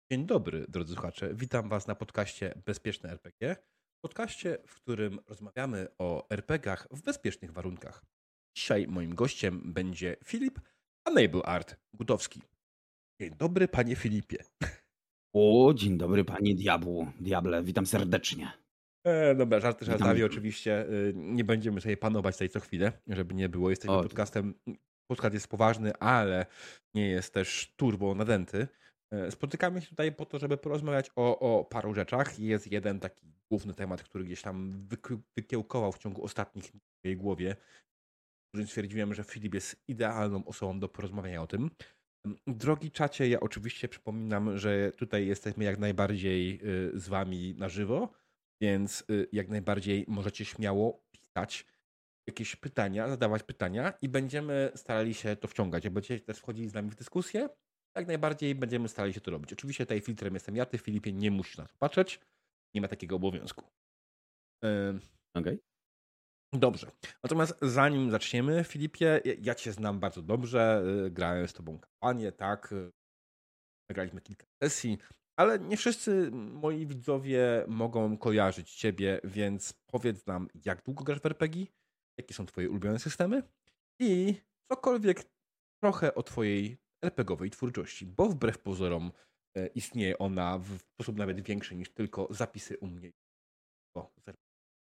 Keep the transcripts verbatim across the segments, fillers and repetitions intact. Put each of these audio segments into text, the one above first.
Dzień dobry, drodzy słuchacze. Witam Was na podcaście Bezpieczne R P G. Podcaście, w którym rozmawiamy o R P Gach w bezpiecznych warunkach. Dzisiaj moim gościem będzie Filip Enable Art Gutowski. Dzień dobry, panie Filipie. O, dzień dobry panie diabłu, diable, witam serdecznie. E, dobra, żarty Witam, żartami witam. oczywiście. y, Nie będziemy sobie panować tutaj co chwilę, żeby nie było. Jesteśmy O, podcastem, podcast jest poważny, ale nie jest też turbo nadęty. E, Spotykamy się tutaj po to, żeby porozmawiać o, o paru rzeczach. Jest jeden taki główny temat, który gdzieś tam wyk- wykiełkował w ciągu ostatnich dni w mojej głowie, w którym stwierdziłem, że Filip jest idealną osobą do porozmawiania o tym. Drogi czacie, ja oczywiście przypominam, że tutaj jesteśmy jak najbardziej y, z wami na żywo, więc y, jak najbardziej możecie śmiało pisać jakieś pytania, zadawać pytania i będziemy starali się to wciągać. Jak będziecie też wchodzili z nami w dyskusję, jak najbardziej będziemy starali się to robić. Oczywiście tutaj filtrem jestem ja, ty Filipie nie musisz na to patrzeć, nie ma takiego obowiązku. Y, okej. Dobrze. Natomiast zanim zaczniemy, Filipie, ja ja cię znam bardzo dobrze, y, grałem z tobą kampanię, tak, y, nagraliśmy kilka sesji, ale nie wszyscy moi widzowie mogą kojarzyć ciebie, więc powiedz nam, jak długo grasz w R P G, jakie są twoje ulubione systemy i cokolwiek trochę o twojej RPGowej twórczości, bo wbrew pozorom e, istnieje ona w sposób nawet większy niż tylko zapisy u mnie. O, z R P G.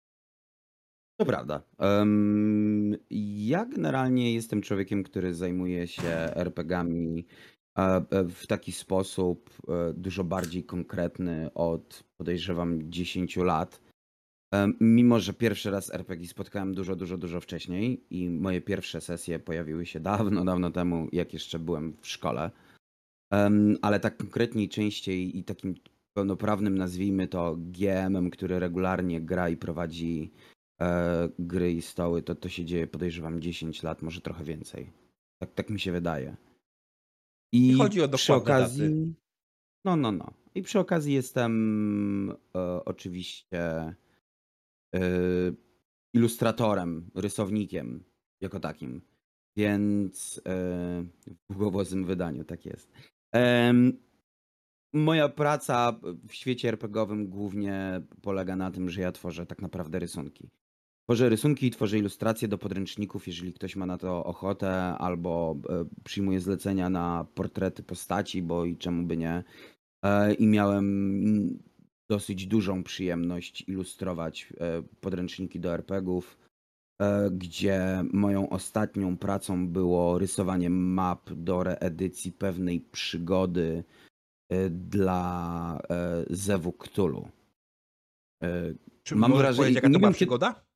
To prawda. Em, ja generalnie jestem człowiekiem, który zajmuje się er pe gami e, e, w taki sposób e, dużo bardziej konkretny od podejrzewam dziesięciu lat. Em, Mimo, że pierwszy raz er pe gie spotkałem dużo, dużo, dużo wcześniej i moje pierwsze sesje pojawiły się dawno, dawno temu, jak jeszcze byłem w szkole. Em, Ale tak konkretniej, częściej i takim pełnoprawnym, nazwijmy to ge emem, który regularnie gra i prowadzi e, gry i stoły, to to się dzieje, podejrzewam, dziesięć lat, może trochę więcej. Tak, tak mi się wydaje. Nie I chodzi o przy dokładne daty. okazji, no, no, no. I przy okazji jestem e, oczywiście e, ilustratorem, rysownikiem jako takim. Więc e, w długowłosym wydaniu tak jest. Em, Moja praca w świecie er pe gie owym głównie polega na tym, że ja tworzę tak naprawdę rysunki. Tworzę rysunki i tworzę ilustracje do podręczników, jeżeli ktoś ma na to ochotę, albo e, przyjmuję zlecenia na portrety postaci, bo i czemu by nie. E, I miałem mm, dosyć dużą przyjemność ilustrować e, podręczniki do er pe gie ów, e, gdzie moją ostatnią pracą było rysowanie map do reedycji pewnej przygody e, dla e, Zewu Cthulhu. E, Czy Mam możesz powiedzieć, wrażenie, jaka to nie była wiem kiedy. przygoda?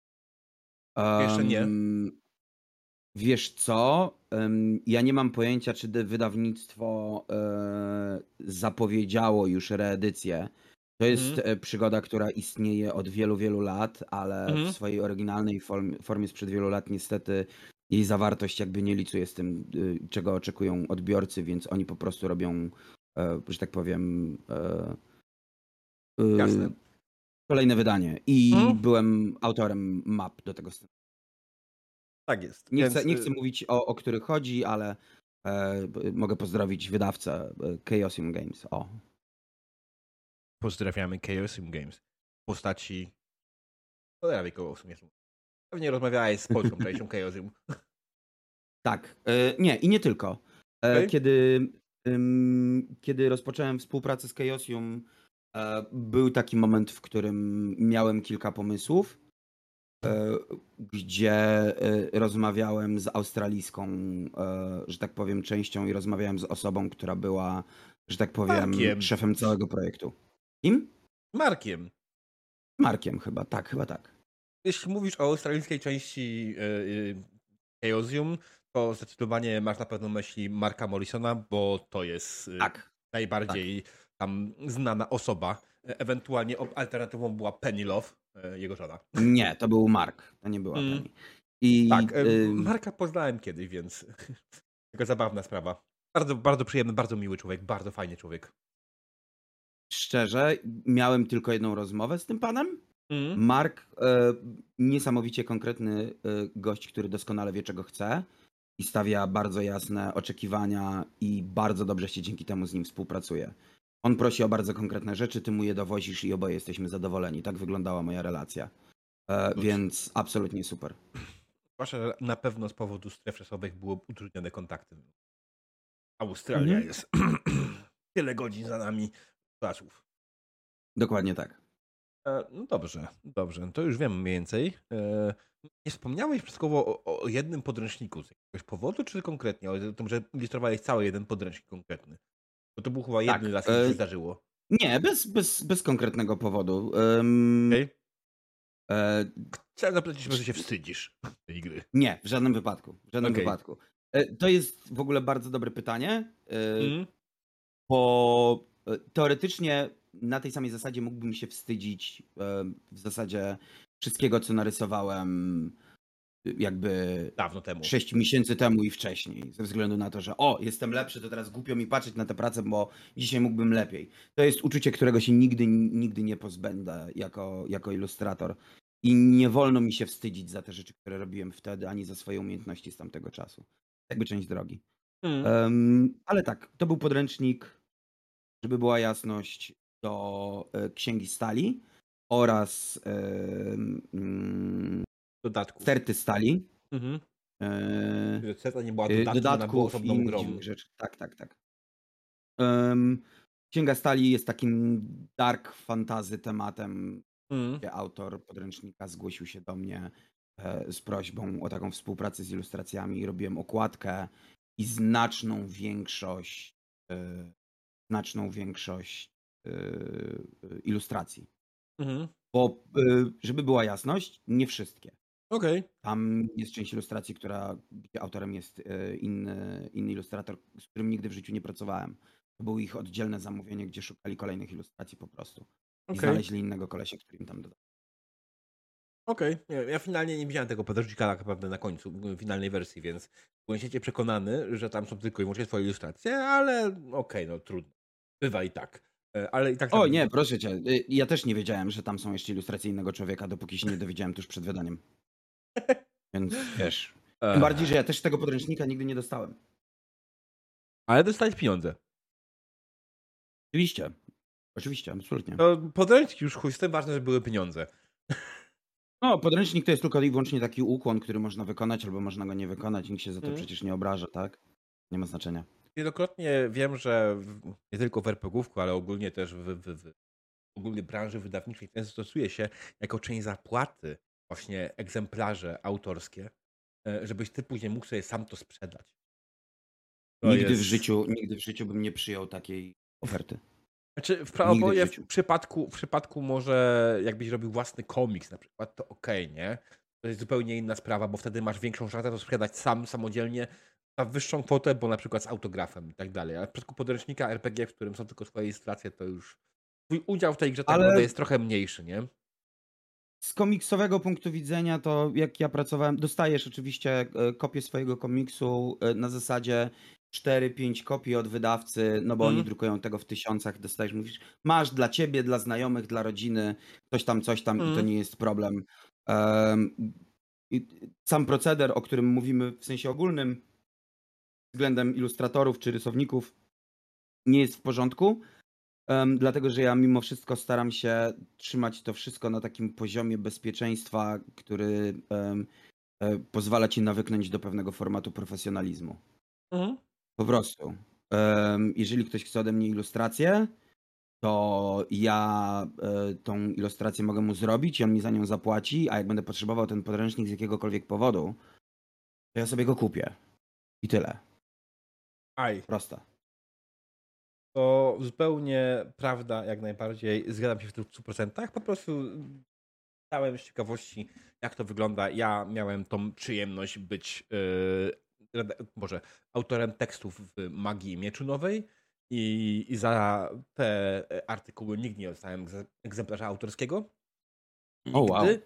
Jeszcze nie. em, Wiesz co? Em, Ja nie mam pojęcia, czy de- wydawnictwo e, zapowiedziało już reedycję. To jest Mhm. e, przygoda, która istnieje od wielu, wielu lat, ale w Mhm. swojej oryginalnej form, formie sprzed wielu lat niestety jej zawartość jakby nie licuje z tym, y, czego oczekują odbiorcy, więc oni po prostu robią, e, że tak powiem, e, Jasne. y, kolejne wydanie. I Mhm. byłem autorem map do tego scenariusza. Tak jest. Nie chcę, Więc nie chcę y, mówić o, o których chodzi, ale e, b- mogę pozdrowić wydawcę e, Chaosium Games. O, pozdrawiamy Chaosium Games w postaci. Cholera wie kogo w sumie. Pewnie rozmawiałeś z polską częścią Chaosium. tak. E, nie, i nie tylko. E, Okej? kiedy, ym, kiedy rozpocząłem współpracę z Chaosium, e, był taki moment, w którym miałem kilka pomysłów, e, gdzie e, rozmawiałem z australijską, e, że tak powiem, częścią i rozmawiałem z osobą, która była, że tak powiem, Markiem. szefem całego projektu. Kim? Markiem. Markiem chyba, tak, chyba tak. Jeśli mówisz o australijskiej części y, y, Chaosium, to zdecydowanie masz na pewno myśli Marka Morrisona, bo to jest y, Tak, tak. najbardziej tam znana osoba. E- Ewentualnie op- alternatywą była Pennyloaf, y, jego żona. Nie, to był Mark, to nie była Mm. Penny. I Tak, y, y, Marka poznałem kiedyś, więc taka zabawna sprawa. Bardzo, bardzo przyjemny, bardzo miły człowiek, bardzo fajny człowiek. szczerze, miałem tylko jedną rozmowę z tym panem. Mm. Mark, e, niesamowicie konkretny e, gość, który doskonale wie, czego chce i stawia bardzo jasne oczekiwania i bardzo dobrze się dzięki temu z nim współpracuje. On prosi o bardzo konkretne rzeczy, ty mu je dowozisz i oboje jesteśmy zadowoleni. Tak wyglądała moja relacja. E, Cóż, więc absolutnie super. zwłaszcza, że na pewno z powodu stref czasowych były utrudnione kontakty. Australia Mhm. jest tyle godzin za nami czasów. Dokładnie tak. E, No dobrze, dobrze, to już wiem mniej więcej. E, Nie wspomniałeś przykładowo o, o jednym podręczniku z jakiegoś powodu, czy konkretnie? O tym, że ilustrowałeś cały jeden podręcznik konkretny. Bo to był chyba jedyny Tak. raz, kiedy E, się zdarzyło. nie, bez, bez, bez konkretnego powodu. Em, Okej? e, Chciałem zapytać, czy się wstydzisz tej gry. nie, w żadnym wypadku. W żadnym Okej. wypadku. E, to jest w ogóle bardzo dobre pytanie, e, Mm, bo e, teoretycznie na tej samej zasadzie mógłbym się wstydzić e, w zasadzie wszystkiego, co narysowałem e, jakby Dawno temu. sześć miesięcy temu i wcześniej, ze względu na to, że o, jestem lepszy, to teraz głupio mi patrzeć na tę pracę, bo dzisiaj mógłbym lepiej. To jest uczucie, którego się nigdy, nigdy nie pozbędę jako, jako ilustrator. I nie wolno mi się wstydzić za te rzeczy, które robiłem wtedy, ani za swoje umiejętności z tamtego czasu. Jakby część drogi. Mm. Um, ale tak, to był podręcznik, żeby była jasność, do e, Księgi Stali oraz e, mm, Dodatków. Sterty Stali. Mhm. E, Że Ceta nie była y, dodatkiem, ona była dodatków i osobną innych grą. dziwnych rzeczy. Tak, tak, tak. Em, Księga Stali jest takim dark fantasy tematem, Mm. gdzie autor podręcznika zgłosił się do mnie e, z prośbą o taką współpracę z ilustracjami. Robiłem okładkę i znaczną większość, e, znaczną większość e, e, ilustracji. Mhm. Bo, e, żeby była jasność, nie wszystkie. Okej. Tam jest część ilustracji, która, gdzie autorem jest e, inny, inny ilustrator, z którym nigdy w życiu nie pracowałem. To było ich oddzielne zamówienie, gdzie szukali kolejnych ilustracji po prostu. I Okej. znaleźli innego kolesia, który im tam dodał. Okej. Nie, Ja finalnie nie widziałem tego podręcznika tak naprawdę na końcu, w finalnej wersji, więc byłem świecie przekonany, że tam są tylko i wyłącznie twoje ilustracje, ale okej, no trudno. Bywa i tak. E, Ale i tak O tam... nie, proszę cię. y, Ja też nie wiedziałem, że tam są jeszcze ilustracje innego człowieka, dopóki się nie dowiedziałem tuż przed wydaniem. Więc wiesz. Tym bardziej, że ja też tego podręcznika nigdy nie dostałem. Ale dostałeś pieniądze. Oczywiście. Oczywiście, absolutnie. To podręcznik już chuj z tym, ważne, że były pieniądze. No, podręcznik to jest tylko i wyłącznie taki ukłon, który można wykonać, albo można go nie wykonać. Nikt się za to Mhm. przecież nie obraża, tak? Nie ma znaczenia. Wielokrotnie wiem, że w, nie tylko w er pe gie ówku, ale ogólnie też w, w, w ogólnie branży wydawniczej często stosuje się jako część zapłaty właśnie egzemplarze autorskie, e, żebyś ty później mógł sobie sam to sprzedać. To Nigdy w jest... życiu, nigdy w życiu bym nie przyjął takiej oferty. Znaczy, w Nigdy w prawoboje w życiu. przypadku, w przypadku może jakbyś robił własny komiks na przykład, to okej, nie? To jest zupełnie inna sprawa, bo wtedy masz większą szansę to sprzedać sam, samodzielnie za wyższą kwotę, bo na przykład z autografem i tak dalej. Ale w przypadku podręcznika er pe gie, w którym są tylko twoje ilustracje, to już twój udział w tej grze tak Ale naprawdę jest trochę mniejszy, nie? z komiksowego punktu widzenia, to jak ja pracowałem, dostajesz oczywiście e, kopię swojego komiksu e, na zasadzie cztery pięć kopii od wydawcy, no bo oni Mm. drukują tego w tysiącach, dostajesz, mówisz, masz dla ciebie, dla znajomych, dla rodziny, coś tam, coś tam i to Mm. nie jest problem. Um, i sam proceder, o którym mówimy w sensie ogólnym, względem ilustratorów czy rysowników, nie jest w porządku. Um, dlatego, że ja mimo wszystko staram się trzymać to wszystko na takim poziomie bezpieczeństwa, który um, e, pozwala ci nawyknąć do pewnego formatu profesjonalizmu. Mm. Po prostu. Um, jeżeli ktoś chce ode mnie ilustrację, to ja e, tą ilustrację mogę mu zrobić i on mi za nią zapłaci, a jak będę potrzebował ten podręcznik z jakiegokolwiek powodu, to ja sobie go kupię. I tyle. Aj. Prosta. To zupełnie prawda, jak najbardziej. Zgadzam się w stu procentach. Po prostu stałem z ciekawości, jak to wygląda. Ja miałem tą przyjemność być yy, Boże, autorem tekstów w Magii Mieczu Nowej i, i za te artykuły nigdy nie dostałem egzemplarza autorskiego. O, wow. Nigdy.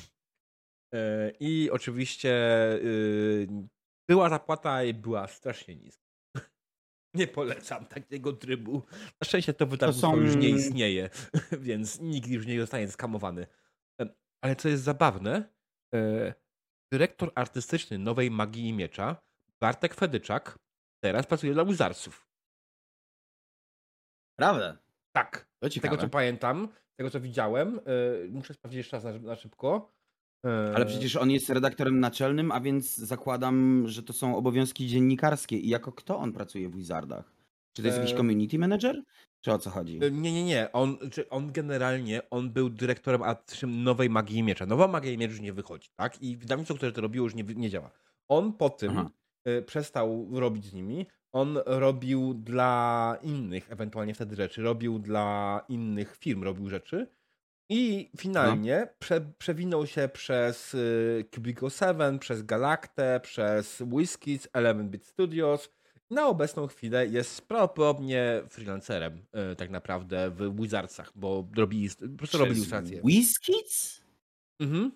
Yy, I oczywiście yy, była zapłata i była strasznie niska. Nie polecam takiego trybu. Na szczęście to wydawnictwo są- już nie istnieje, więc nikt już nie zostanie skamowany. E, Ale co jest zabawne, e, dyrektor artystyczny Nowej Magii i Miecza, Bartek Fedyczak, teraz pracuje dla Wizardsów. Prawda. Tak. To Z tego co ciekawe. pamiętam, z tego co widziałem, yy, muszę sprawdzić jeszcze raz na, na szybko. Ale Yy, przecież on jest redaktorem naczelnym, a więc zakładam, że to są obowiązki dziennikarskie. I jako kto on pracuje w Wizardach? Czy to jest jakiś yy, community manager? Czy o co chodzi? Nie, nie, nie. On, czy on generalnie, on był dyrektorem artystycznym Nowej Magii i Miecza. Nowa Magia i Miecz już nie wychodzi, tak? I wydawnictwo, które to robiło, już nie, nie działa. On po tym Aha. y, przestał robić z nimi. On robił dla innych, ewentualnie wtedy rzeczy, robił dla innych firm, robił rzeczy. I Aha. finalnie prze, przewinął się przez y, Cubicle siedem, przez Galactę, przez WizKids, Eleven Bit Studios. Na obecną chwilę jest prawdopodobnie freelancerem y, tak naprawdę w Wizardsach, bo robi, po prostu robi Przez ilustracje. WizKids? Mhm.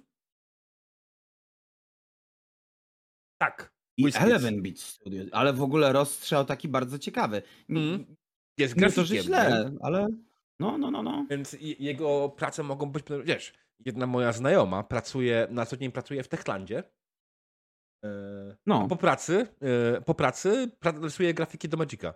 Tak, I WizKids. Eleven Beat Studio, ale w ogóle rozstrzał taki bardzo ciekawy. Mhm. N- Jest Nie to, że grafikiem, nie? źle, ale no, no, no, no. Więc i- jego prace mogą być, wiesz, jedna moja znajoma pracuje, na co dzień pracuje w Techlandzie. Yy, A No, po pracy, yy, po pracy pra- rysuje grafiki do Magica.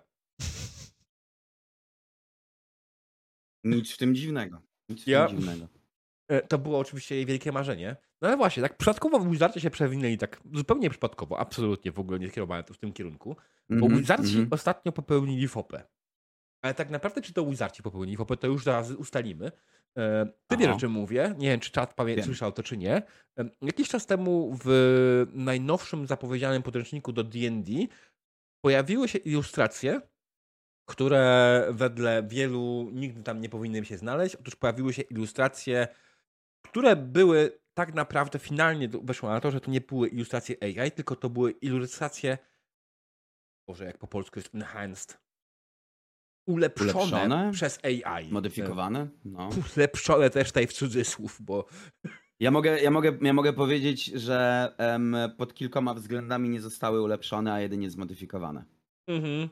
nic w tym dziwnego. Nic w tym Ja, dziwnego. e, to było oczywiście jej wielkie marzenie. No ale właśnie, tak przypadkowo w Wizardsie się przewinęli, tak zupełnie przypadkowo, absolutnie w ogóle nie kierowałem to w tym kierunku, bo Mhm, Wizardsi mhm. ostatnio popełnili fopę. Ale tak naprawdę, czy to Wizardsi popełnili fopę, to już zaraz ustalimy. E, Ty wiesz, o Aha, czym mówię. Nie wiem, czy czat pamię- wiem. słyszał to, czy nie. E, Jakiś czas temu w najnowszym zapowiedzianym podręczniku do D and D pojawiły się ilustracje, które wedle wielu nigdy tam nie powinny się znaleźć. Otóż pojawiły się ilustracje, które były tak naprawdę finalnie weszło na to, że to nie były ilustracje A I, tylko to były ilustracje, Boże, jak po polsku jest enhanced, ulepszone Ulepszone? przez A I. Modyfikowane? No. Ulepszone też tutaj w cudzysłów, bo Ja mogę, ja mogę, ja mogę powiedzieć, że em, pod kilkoma względami nie zostały ulepszone, a jedynie zmodyfikowane. mhm.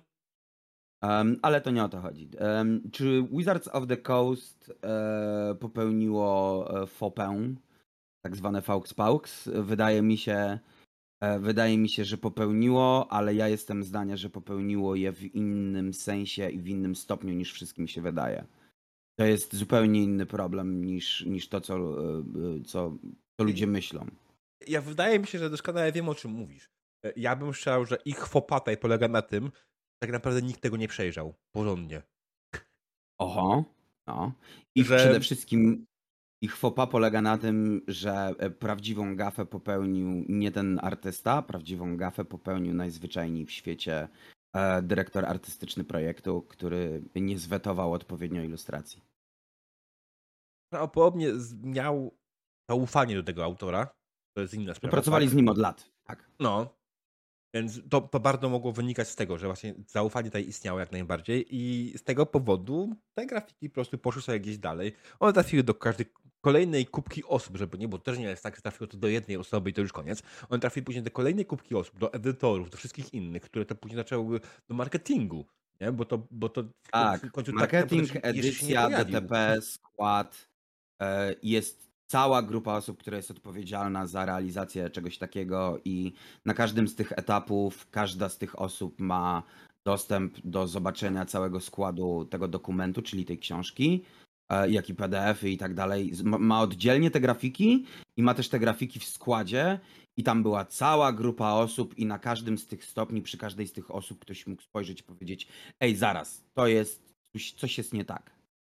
Em, ale to nie o to chodzi. Em, czy Wizards of the Coast e, popełniło e, fopę, tak zwane Faux Paux? Wydaje mi się, e, wydaje mi się, że popełniło, ale ja jestem zdania, że popełniło je w innym sensie i w innym stopniu niż wszystkim się wydaje. To jest zupełnie inny problem niż, niż to, co, e, e, co, co ludzie myślą. Ja wydaje mi się, że doskonale wiem, o czym mówisz. E, Ja bym chciał, że ich fopataj polega na tym, że tak naprawdę nikt tego nie przejrzał porządnie. Oho, no. I w- Że przede wszystkim ich faux pas polega na tym, że e, prawdziwą gafę popełnił nie ten artysta, prawdziwą gafę popełnił najzwyczajniej w świecie e, dyrektor artystyczny projektu, który nie zwetował odpowiednio ilustracji. prawdopodobnie z- miał zaufanie do tego autora. To jest inna sprawa, Pracowali z tak? nim od lat. Tak. No, więc to, to bardzo mogło wynikać z tego, że właśnie zaufanie tutaj istniało jak najbardziej i z tego powodu te grafiki po prostu poszły sobie gdzieś dalej. One trafiły do każdej kolejnej kubki osób, żeby nie, bo też nie jest tak, że trafiło to do jednej osoby i to już koniec. One trafiły później do kolejnej kubki osób, do edytorów, do wszystkich innych, które to później zaczęły do marketingu, nie? Bo to, bo to w końcu, w Tak. końcu tak Marketing, naprawdę jeszcze się nie edycja, pojawił. D T P, skład. e, Jest cała grupa osób, która jest odpowiedzialna za realizację czegoś takiego i na każdym z tych etapów każda z tych osób ma dostęp do zobaczenia całego składu tego dokumentu, czyli tej książki, e, jak i P D F y i tak dalej. Z- ma- Ma oddzielnie te grafiki i ma też te grafiki w składzie i tam była cała grupa osób i na każdym z tych stopni, przy każdej z tych osób ktoś mógł spojrzeć i powiedzieć: ej, zaraz, to jest, coś, coś jest nie tak.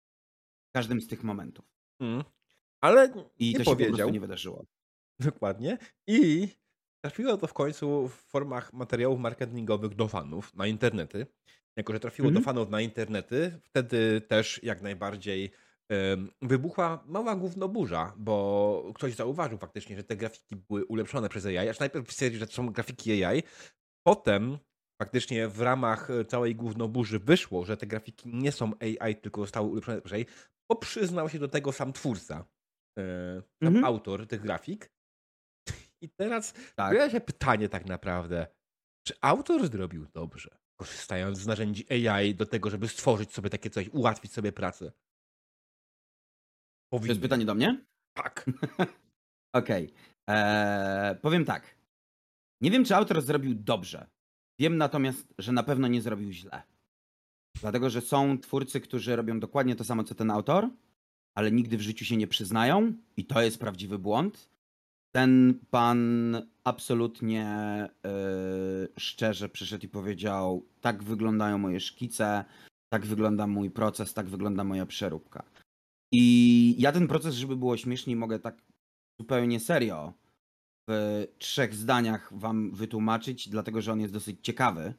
W każdym z tych momentów. Mm. Ale I nie to się po prostu powiedział. nie wydarzyło. Dokładnie. I trafiło to w końcu w formach materiałów marketingowych do fanów na internety. Jako że trafiło do Mhm. fanów na internety, wtedy też jak najbardziej em, wybuchła mała gównoburza, bo ktoś zauważył faktycznie, że te grafiki były ulepszone przez A I. Aż najpierw stwierdził, że to są grafiki A I. Potem faktycznie w ramach e, całej gównoburzy wyszło, że te grafiki nie są A I, tylko zostały ulepszone przez A I, bo przyznał się do tego sam twórca, e, sam Mhm. autor tych grafik. I teraz Tak. pojawia się pytanie tak naprawdę, czy autor zrobił dobrze, korzystając z narzędzi A I do tego, żeby stworzyć sobie takie coś, ułatwić sobie pracę? To Powinien. jest pytanie do mnie? Tak. Okej. Eee, powiem tak. Nie wiem, czy autor zrobił dobrze. Wiem natomiast, że na pewno nie zrobił źle. Dlatego, że są twórcy, którzy robią dokładnie to samo, co ten autor, ale nigdy w życiu się nie przyznają i to jest prawdziwy błąd. Ten pan absolutnie yy, szczerze przyszedł i powiedział: tak wyglądają moje szkice, tak wygląda mój proces, tak wygląda moja przeróbka. I ja ten proces, żeby było śmieszniej, mogę tak zupełnie serio w trzech zdaniach wam wytłumaczyć, dlatego że on jest dosyć ciekawy.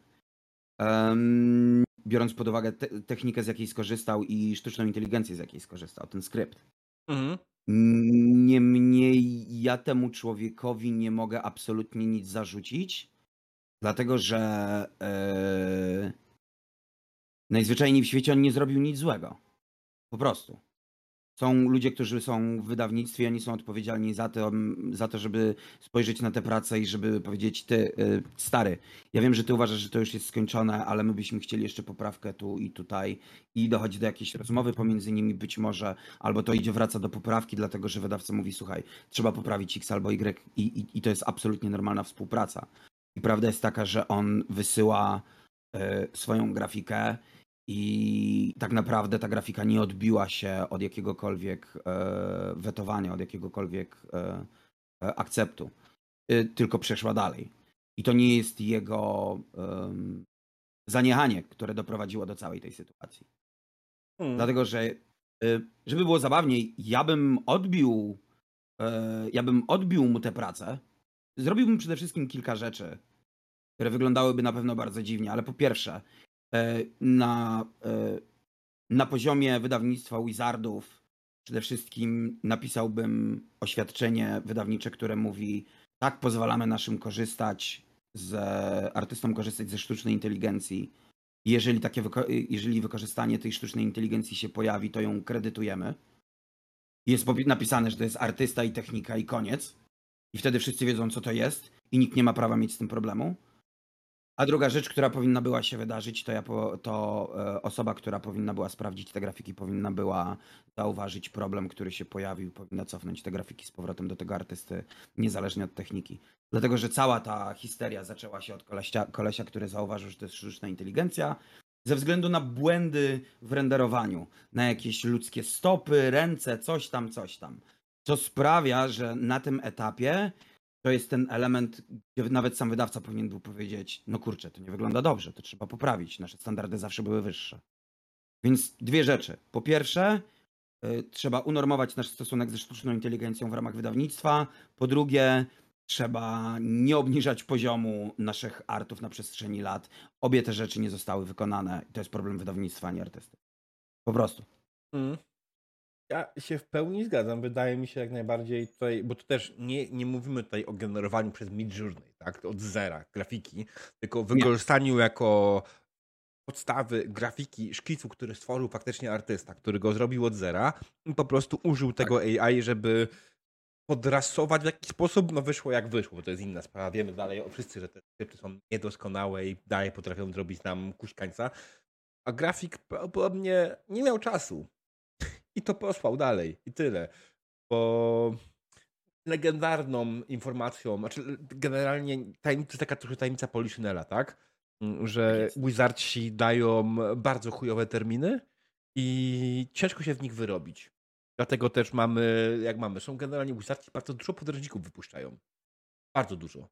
Um, biorąc pod uwagę te technikę, z jakiej skorzystał i sztuczną inteligencję, z jakiej skorzystał, ten skrypt. Mhm. Niemniej ja temu człowiekowi nie mogę absolutnie nic zarzucić, dlatego że yy, najzwyczajniej w świecie on nie zrobił nic złego. Po prostu. Są ludzie, którzy są w wydawnictwie, oni są odpowiedzialni za to, za to, żeby spojrzeć na tę pracę i żeby powiedzieć: ty, yy, stary, ja wiem, że ty uważasz, że to już jest skończone, ale my byśmy chcieli jeszcze poprawkę tu i tutaj i dochodzi do jakiejś rozmowy pomiędzy nimi być może, albo to idzie, wraca do poprawki, dlatego że wydawca mówi: słuchaj, trzeba poprawić X albo Y i, i, i to jest absolutnie normalna współpraca. I prawda jest taka, że on wysyła yy, swoją grafikę i tak naprawdę ta grafika nie odbiła się od jakiegokolwiek e, wetowania, od jakiegokolwiek e, e, akceptu, y, tylko przeszła dalej. I to nie jest jego em, zaniechanie, które doprowadziło do całej tej sytuacji. Hmm. Dlatego, że y, żeby było zabawniej, ja bym odbił, e, ja bym odbił mu tę pracę. Zrobiłbym przede wszystkim kilka rzeczy, które wyglądałyby na pewno bardzo dziwnie, ale po pierwsze, e, na e, Na poziomie wydawnictwa Wizardów przede wszystkim napisałbym oświadczenie wydawnicze, które mówi: tak, pozwalamy naszym korzystać z artystom korzystać ze sztucznej inteligencji. Jeżeli takie wyko jeżeli wykorzystanie tej sztucznej inteligencji się pojawi, to ją kredytujemy. Jest napisane, że to jest artysta i technika i koniec. I wtedy wszyscy wiedzą, co to jest i nikt nie ma prawa mieć z tym problemu. A druga rzecz, która powinna była się wydarzyć, to, ja po, to e, osoba, która powinna była sprawdzić te grafiki, powinna była zauważyć problem, który się pojawił, powinna cofnąć te grafiki z powrotem do tego artysty, niezależnie od techniki. Dlatego, że cała ta histeria zaczęła się od kolesia, kolesia, który zauważył, że to jest sztuczna inteligencja, ze względu na błędy w renderowaniu, na jakieś ludzkie stopy, ręce, coś tam, coś tam. Co sprawia, że na tym etapie to jest ten element, gdzie nawet sam wydawca powinien był powiedzieć: no kurczę, to nie wygląda dobrze, to trzeba poprawić, nasze standardy zawsze były wyższe. Więc dwie rzeczy. Po pierwsze, y, trzeba unormować nasz stosunek ze sztuczną inteligencją w ramach wydawnictwa. Po drugie, trzeba nie obniżać poziomu naszych artów na przestrzeni lat. Obie te rzeczy nie zostały wykonane i to jest problem wydawnictwa, a nie artysty. Po prostu. Hmm. Ja się w pełni zgadzam. Wydaje mi się jak najbardziej tutaj, bo tu też nie, nie mówimy tutaj o generowaniu przez Midjourney, tak, od zera grafiki, tylko o wykorzystaniu jako podstawy grafiki szkicu, który stworzył faktycznie artysta, który go zrobił od zera i po prostu użył tego A I, żeby podrasować w jakiś sposób. No wyszło jak wyszło, to jest inna sprawa. Wiemy dalej wszyscy, że te skrypty są niedoskonałe i dalej potrafią zrobić nam kuśkańca. A grafik prawdopodobnie nie miał czasu. I to posłał dalej. I tyle. Bo legendarną informacją, znaczy generalnie tajemnica, to jest taka trochę tajemnica Poliszynela, tak? Że Tak Wizardsi dają bardzo chujowe terminy i ciężko się w nich wyrobić. Dlatego też mamy, jak mamy, są generalnie Wizardsi bardzo dużo podręczników wypuszczają. Bardzo dużo.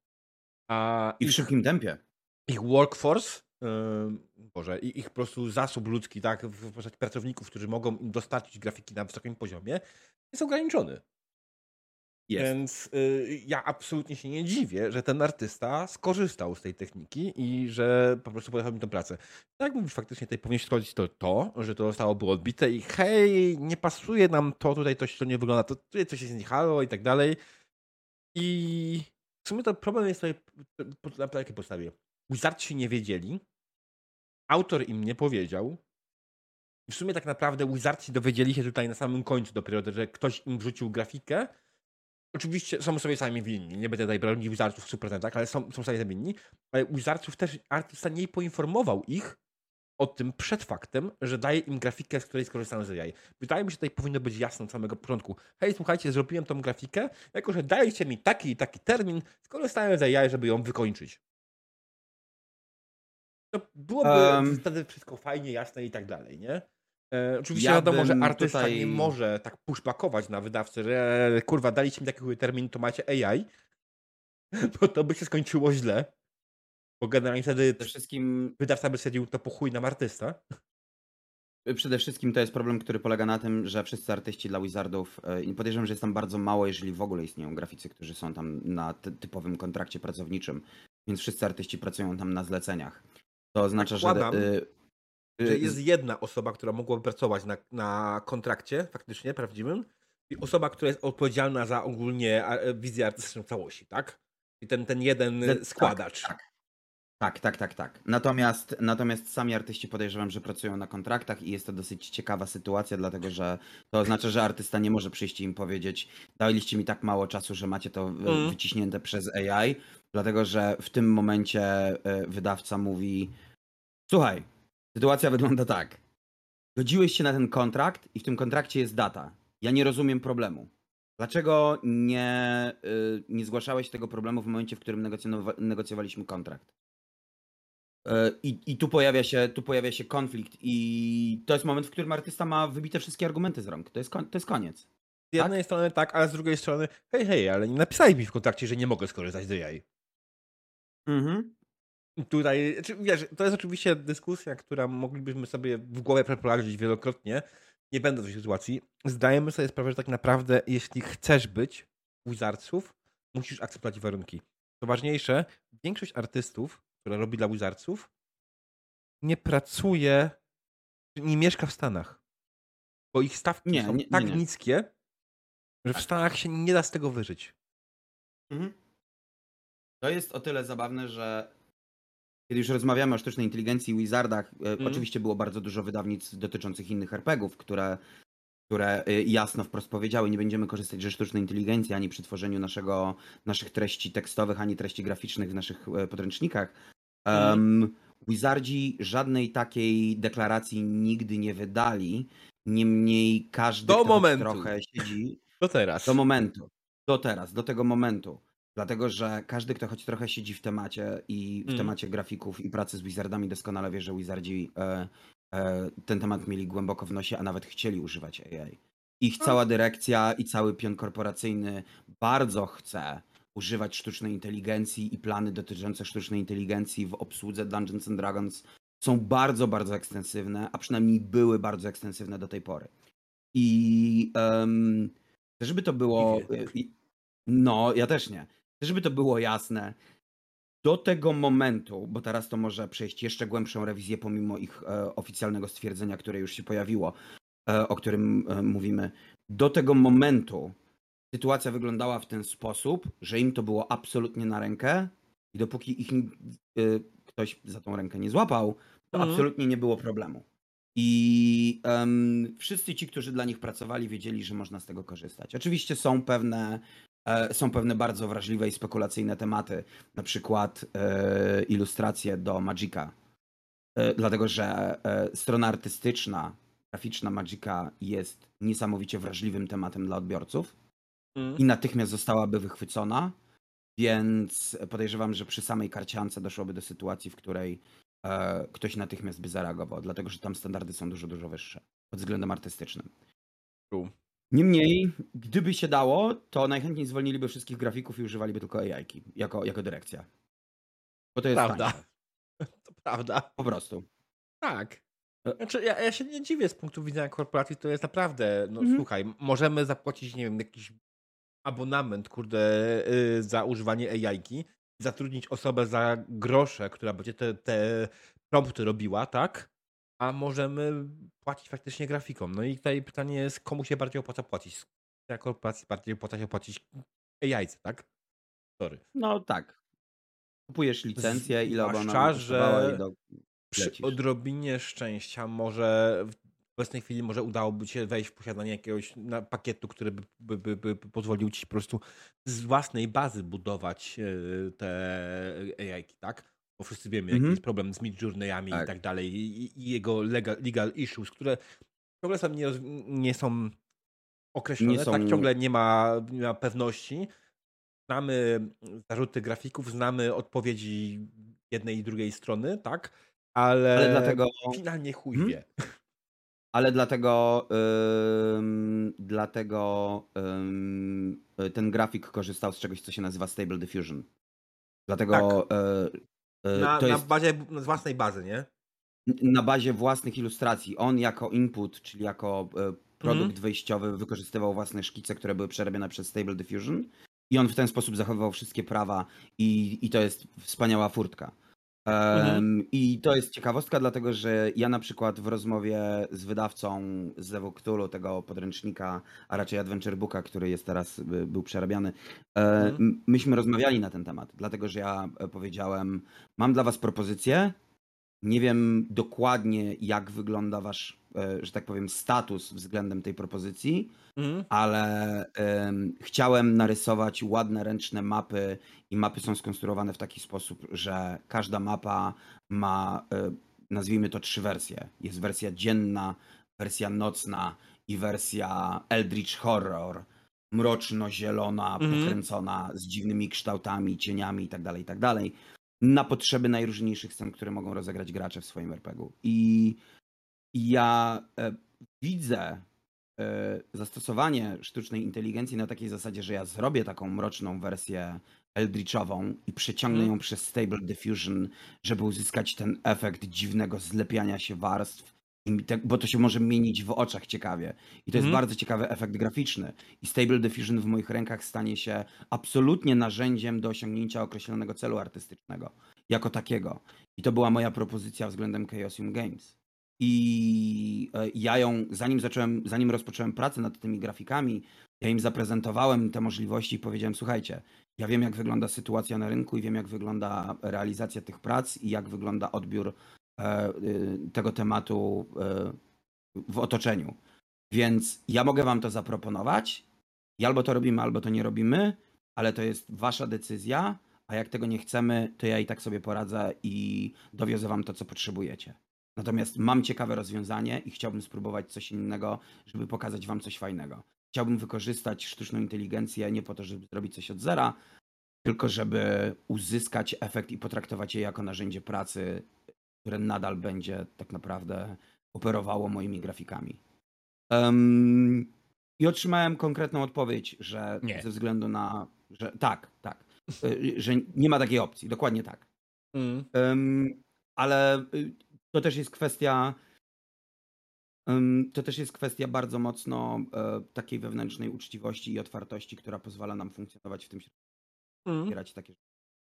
A I w ich, szybkim tempie. ich workforce, yy, Boże, ich, ich po prostu zasób ludzki, tak, w postaci pracowników, którzy mogą im dostarczyć grafiki na wysokim poziomie, jest ograniczony. Jest. Więc y, ja absolutnie się nie dziwię, że ten artysta skorzystał z tej techniki i że po prostu pojechał mi tę pracę. Tak mówisz, faktycznie tutaj powinien się to, to, że to zostało odbite i hej, nie pasuje nam to, tutaj to się nie wygląda, to tutaj coś się znichało i tak dalej. I w sumie to problem jest tutaj na takiej podstawie. Wizardsi nie wiedzieli, autor im nie powiedział i w sumie tak naprawdę Wizardsi dowiedzieli się tutaj na samym końcu dopiero, że ktoś im wrzucił grafikę. Oczywiście są sobie sami winni, nie będę tutaj bronić Wizardów w stu procentach, ale są, są sobie winni. Ale Wizardów też artysta nie poinformował ich o tym przed faktem, że daje im grafikę, z której skorzystają z A I. Wydaje mi się, że tutaj powinno być jasne od samego początku. Hej, słuchajcie, zrobiłem tą grafikę, jako że dajecie mi taki i taki termin, skorzystałem z A I, żeby ją wykończyć. To byłoby Um, wtedy wszystko fajnie, jasne i tak dalej, nie? E, oczywiście ja wiadomo, że bym artysta tutaj. nie może tak pushbackować na wydawcę, że kurwa, daliście mi taki termin, to macie A I, bo to by się skończyło źle. Bo generalnie wtedy Przede wszystkim, wydawca by stwierdził, to po chuj nam artysta. przede wszystkim to jest problem, który polega na tym, że wszyscy artyści dla Wizardów, e, i podejrzewam, że jest tam bardzo mało, jeżeli w ogóle istnieją graficy, którzy są tam na ty- typowym kontrakcie pracowniczym, więc wszyscy artyści pracują tam na zleceniach. To oznacza, że Zakładam, y, że y, jest z- jedna osoba, która mogłaby pracować na, na kontrakcie faktycznie, prawdziwym, i osoba, która jest odpowiedzialna za ogólnie a- wizję artystyczną całości, tak? I ten, ten jeden ze- tak, składacz. tak. Tak, tak, tak, tak. Natomiast, natomiast sami artyści podejrzewam, że pracują na kontraktach i jest to dosyć ciekawa sytuacja, dlatego że to oznacza, że artysta nie może przyjść i im powiedzieć: daliście mi tak mało czasu, że macie to y, Mm. wyciśnięte przez A I, dlatego że w tym momencie y, wydawca mówi: słuchaj, sytuacja wygląda tak. Godziłeś się na ten kontrakt i w tym kontrakcie jest data. Ja nie rozumiem problemu. Dlaczego nie, y, nie zgłaszałeś tego problemu w momencie, w którym negocjowa- negocjowaliśmy kontrakt? E, I, I tu pojawia się, tu pojawia się konflikt i to jest moment, w którym artysta ma wybite wszystkie argumenty z rąk. To jest, kon- to jest koniec. Z Tak? jednej strony tak, ale z drugiej strony, hej, hej, ale nie napisali mi w kontrakcie, że nie mogę skorzystać z A I. Mhm. Tutaj, znaczy, wiesz, to jest oczywiście dyskusja, która moglibyśmy sobie w głowie przeprowadzić wielokrotnie, nie będę w tej sytuacji. Zdajemy sobie sprawę, że tak naprawdę, jeśli chcesz być Wizardsów, musisz akceptować warunki. Co ważniejsze, większość artystów, która robi dla Wizardsów, nie pracuje, nie mieszka w Stanach. Bo ich stawki Nie, są nie, nie, tak nie. niskie, że w Tak. Stanach się nie da z tego wyżyć. Mhm. To jest o tyle zabawne, że kiedy już rozmawiamy o sztucznej inteligencji i wizardach, e, Mm. oczywiście było bardzo dużo wydawnictw dotyczących innych er pe gie ów, które, które e, jasno wprost powiedziały: nie będziemy korzystać ze sztucznej inteligencji ani przy tworzeniu naszego, naszych treści tekstowych, ani treści graficznych w naszych e, podręcznikach. Mm. Um, Wizardzi żadnej takiej deklaracji nigdy nie wydali. Niemniej każdy, Do kto choć momentu. trochę siedzi Do teraz. do momentu, do teraz, do tego momentu. Dlatego, że każdy, kto choć trochę siedzi w temacie i w Mm. temacie grafików i pracy z Wizardami, doskonale wie, że Wizardzi e, e, ten temat mieli głęboko w nosie, a nawet chcieli używać A I. Ich cała dyrekcja i cały pion korporacyjny bardzo chce używać sztucznej inteligencji i plany dotyczące sztucznej inteligencji w obsłudze Dungeons and Dragons są bardzo, bardzo ekstensywne, a przynajmniej były bardzo ekstensywne do tej pory. I um, żeby to było. Dziwię. i- No, ja też nie. Żeby to było jasne, do tego momentu, bo teraz to może przejść jeszcze głębszą rewizję pomimo ich e, oficjalnego stwierdzenia, które już się pojawiło, e, o którym e, mówimy. Do tego momentu sytuacja wyglądała w ten sposób, że im to było absolutnie na rękę i dopóki ich e, ktoś za tą rękę nie złapał, to Mhm. absolutnie nie było problemu. I em, wszyscy ci, którzy dla nich pracowali, wiedzieli, że można z tego korzystać. Oczywiście są pewne, e, są pewne bardzo wrażliwe i spekulacyjne tematy, na przykład e, ilustracje do Magica. E, dlatego, że e, strona artystyczna, graficzna Magica jest niesamowicie wrażliwym tematem dla odbiorców Mm. i natychmiast zostałaby wychwycona, więc podejrzewam, że przy samej karciance doszłoby do sytuacji, w której e, ktoś natychmiast by zareagował, dlatego że tam standardy są dużo, dużo wyższe pod względem artystycznym. True. Niemniej, gdyby się dało, to najchętniej zwolniliby wszystkich grafików i używaliby tylko A I-ki jako, jako dyrekcja. Bo to jest Prawda. tańsze. To prawda. Po prostu. Tak. E- Znaczy, ja, ja się nie dziwię z punktu widzenia korporacji, to jest naprawdę, no Mhm. słuchaj, możemy zapłacić, nie wiem, jakiś abonament, kurde, y, za używanie A I-ki, zatrudnić osobę za grosze, która będzie te, te prompty robiła, tak? A możemy płacić faktycznie grafikom. No i tutaj pytanie jest, komu się bardziej opłaca płacić? Ja korporacji bardziej opłaca się płacić A I-ce, tak? Sorry. No tak. Kupujesz licencję, ile by ona Zwłaszcza, by kosztowała że i do... przy lecisz. odrobinie szczęścia może w obecnej chwili może udałoby się wejść w posiadanie jakiegoś na, pakietu, który by, by, by, by pozwolił ci po prostu z własnej bazy budować e, te A I-ki, tak? Bo wszyscy wiemy, jaki Mhm. jest problem z midjourneyami i Tak. tak dalej i, i jego legal, legal issues, które ciągle są nie, roz- nie są określone, Nie są- tak? Ciągle nie ma, nie ma pewności. Znamy zarzuty grafików, znamy odpowiedzi jednej i drugiej strony, tak? Ale ale dlatego finalnie chuj mhm. wie. Ale dlatego, ym, dlatego ym, ten grafik korzystał z czegoś, co się nazywa Stable Diffusion. Tak, Dlatego y, y, na, to na jest bazie, z własnej bazy, nie? na bazie własnych ilustracji. On jako input, czyli jako y, Mhm. produkt wyjściowy, wykorzystywał własne szkice, które były przerabiane przez Stable Diffusion i on w ten sposób zachowywał wszystkie prawa i, i to jest wspaniała furtka. Mhm. Um, I to jest ciekawostka, dlatego że ja na przykład w rozmowie z wydawcą z Zewu Cthulhu, tego podręcznika, a raczej Adventure Booka, który jest teraz, y, był przerabiany, e, Mhm. m- myśmy rozmawiali na ten temat, dlatego że ja e, powiedziałem, mam dla was propozycję, nie wiem dokładnie jak wygląda wasz, e, że tak powiem, status względem tej propozycji, Mhm. ale em, chciałem narysować ładne ręczne mapy i mapy są skonstruowane w taki sposób, że każda mapa ma, e, nazwijmy to, trzy wersje. Jest wersja dzienna, wersja nocna i wersja Eldritch Horror, mroczno-zielona, Mhm. pokręcona z dziwnymi kształtami, cieniami itd., itd., na potrzeby najróżniejszych scen, które mogą rozegrać gracze w swoim er pe gie u. I ja e, widzę e, zastosowanie sztucznej inteligencji na takiej zasadzie, że ja zrobię taką mroczną wersję Eldritchową i przeciągnę Mhm. ją przez Stable Diffusion, żeby uzyskać ten efekt dziwnego zlepiania się warstw, i mi te, bo to się może mienić w oczach ciekawie. I to jest Mhm. bardzo ciekawy efekt graficzny. I Stable Diffusion w moich rękach stanie się absolutnie narzędziem do osiągnięcia określonego celu artystycznego, jako takiego. I to była moja propozycja względem Chaosium Games. I e, ja ją, zanim zacząłem, zanim rozpocząłem pracę nad tymi grafikami, ja im zaprezentowałem te możliwości i powiedziałem, słuchajcie, ja wiem jak wygląda sytuacja na rynku i wiem jak wygląda realizacja tych prac i jak wygląda odbiór e, y, tego tematu e, w otoczeniu. Więc ja mogę wam to zaproponować i albo to robimy, albo to nie robimy, ale to jest wasza decyzja, a jak tego nie chcemy, to ja i tak sobie poradzę i dowiozę wam to, co potrzebujecie. Natomiast mam ciekawe rozwiązanie i chciałbym spróbować coś innego, żeby pokazać wam coś fajnego. Chciałbym wykorzystać sztuczną inteligencję nie po to, żeby zrobić coś od zera, tylko żeby uzyskać efekt i potraktować je jako narzędzie pracy, które nadal będzie tak naprawdę operowało moimi grafikami. Um, I otrzymałem konkretną odpowiedź, że Nie. ze względu na, że tak, tak, y, że nie ma takiej opcji, dokładnie tak. Mhm. Um, ale y, to też jest kwestia, um, to też jest kwestia bardzo mocno e, takiej wewnętrznej uczciwości i otwartości, która pozwala nam funkcjonować w tym środowisku, Mhm. wspierać takie rzeczy.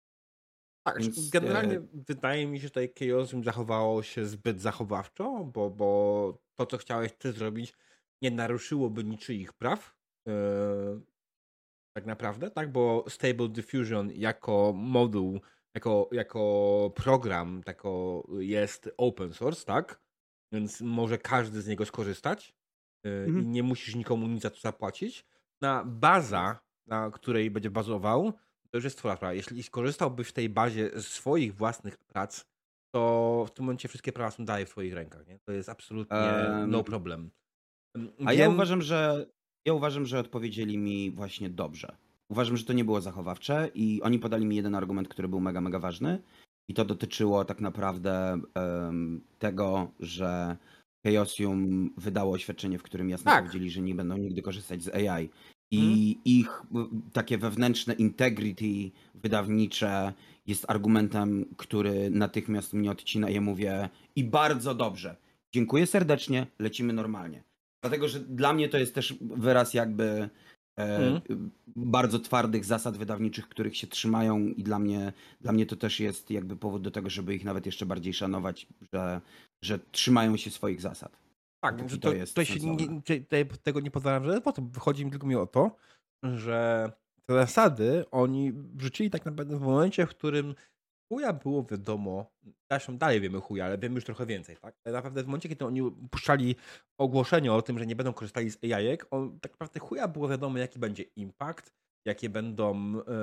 Tak, Więc e, generalnie wydaje mi się, że tutaj Chaosium zachowało się zbyt zachowawczo, bo, bo to, co chciałeś ty zrobić, nie naruszyłoby niczyich praw. Yy, tak naprawdę, tak? Bo Stable Diffusion jako moduł, jako, jako program, tako jest open source, tak? Więc może każdy z niego skorzystać yy, i mhm, nie musisz nikomu nic za to zapłacić. Na baza, na której będzie bazował, to już jest twoja sprawa. Jeśli skorzystałbyś w tej bazie z swoich własnych prac, to w tym momencie wszystkie prawa są dalej w twoich rękach, nie? To jest absolutnie em, no problem. a ja Wiem, uważam, że ja uważam, że odpowiedzieli mi właśnie dobrze. Uważam, że to nie było zachowawcze i oni podali mi jeden argument, który był mega, mega ważny. I to dotyczyło tak naprawdę em, tego, że Chaosium wydało oświadczenie, w którym jasno tak. powiedzieli, że nie będą nigdy korzystać z A I. Mhm. I ich y, takie wewnętrzne integrity wydawnicze jest argumentem, który natychmiast mnie odcina i ja mówię i bardzo dobrze. Dziękuję serdecznie, lecimy normalnie. Dlatego, że dla mnie to jest też wyraz jakby e, Mhm. bardzo twardych zasad wydawniczych, których się trzymają i dla mnie, dla mnie to też jest jakby powód do tego, żeby ich nawet jeszcze bardziej szanować, że, że trzymają się swoich zasad. Tak, że Dopóki to, to jest to się sensowne. nie, te- te- tego nie pozwalam, że po to chodzi mi tylko mi o to, że te zasady oni wrzucili tak naprawdę w momencie, w którym chuja było wiadomo, zresztą dalej wiemy chuja, ale wiemy już trochę więcej, tak? Ale naprawdę w momencie, kiedy oni puszczali ogłoszenie o tym, że nie będą korzystali z A I-ek, on, tak naprawdę chuja było wiadomo, jaki będzie impact, jakie będą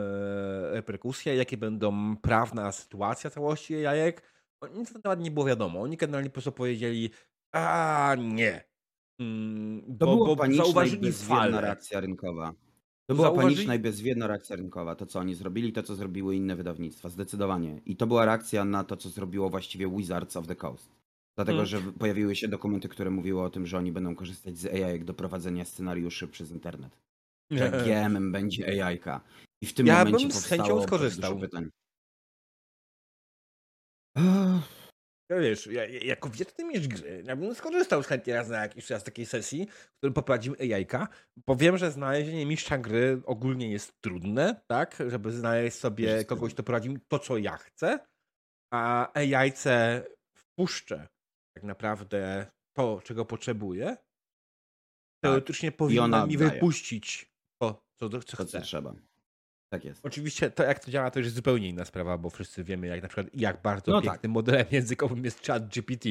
e, reperkusje, jakie będą prawna sytuacja całości A I-ek. Nic na ten temat nie było wiadomo. Oni generalnie po prostu powiedzieli, a nie. Mm, To bo, była bo paniczna i zauważyli bezwiedna falę. reakcja rynkowa. To była paniczna Zauważyli... i bezwiedna reakcja rynkowa. To, co oni zrobili, to, co zrobiły inne wydawnictwa. Zdecydowanie. I to była reakcja na to, co zrobiło właściwie Wizards of the Coast. Dlatego, Mm. że w- pojawiły się dokumenty, które mówiły o tym, że oni będą korzystać z A I do prowadzenia scenariuszy przez internet. Że Nie. G M em będzie A I-ka. I w tym Ja momencie bym z chęcią powstało bardzo dużo skorzystał. pytań. Ech, Ja wiesz, ja, ja- jako wierny mistrz gry, ja bym skorzystał z chętnie raz na jakiś raz z takiej sesji, w której poprowadzimy A I-ka, bo wiem, że znalezienie mistrza gry ogólnie jest trudne, tak? Żeby znaleźć Też sobie jest kogoś, trudne. kto prowadzi to, co ja chcę, a A I-ce wpuszczę tak naprawdę to, czego potrzebuję, Tak. teoretycznie I powinna ona mi daje wypuścić to, co, co to, co chcę. trzeba. Tak jest. Oczywiście to, jak to działa, to już jest zupełnie inna sprawa, bo wszyscy wiemy, jak na przykład, jak bardzo No pięknym tak. modelem językowym jest ChatGPT.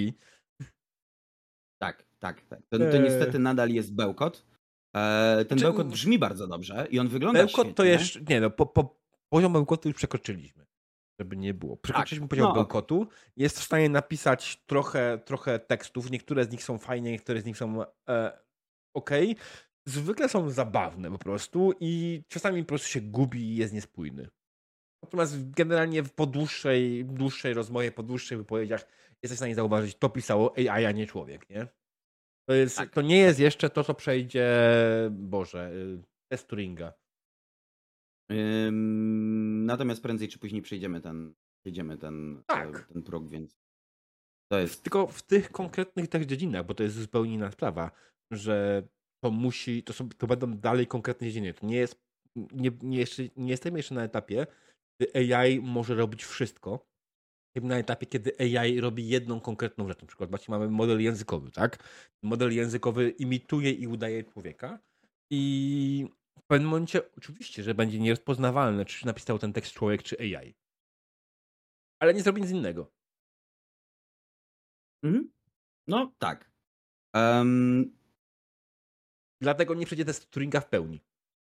Tak, tak, tak. To, to Eee, niestety nadal jest bełkot. E, ten Znaczy, bełkot brzmi bardzo dobrze i on wygląda bełkot to świetnie. jeszcze. Nie, no, po, po, poziom bełkotu już przekroczyliśmy. Żeby nie było. Tak, Przekroczyliśmy poziom no okej. bełkotu. Jest w stanie napisać trochę, trochę tekstów. Niektóre z nich są fajne, niektóre z nich są e, ok. Zwykle są zabawne po prostu i czasami po prostu się gubi i jest niespójny. Natomiast generalnie po dłuższej, dłuższej rozmowie, po dłuższych wypowiedziach jesteś w stanie zauważyć, to pisało A I, a nie człowiek, nie? To, jest, Tak, to nie jest tak. jeszcze to, co przejdzie, Boże, y, test Turinga. Ym, natomiast prędzej czy później przejdziemy ten, przejdziemy ten, e, Tak. ten próg, więc to W, jest. tylko w tych konkretnych też dziedzinach, bo to jest zupełnie inna sprawa, że to musi, to, są, to będą dalej konkretne dziedziny. To nie jest, nie, nie, jeszcze, nie jesteśmy jeszcze na etapie, gdy A I może robić wszystko. Jesteśmy na etapie, kiedy A I robi jedną konkretną rzecz. Na przykład właśnie mamy model językowy, tak? Model językowy imituje i udaje człowieka i w pewnym momencie oczywiście, że będzie nierozpoznawalne, czy napisał ten tekst człowiek, czy A I. Ale nie zrobi nic innego. Mhm. No tak. Em, Dlatego nie przejdzie test Turinga w pełni.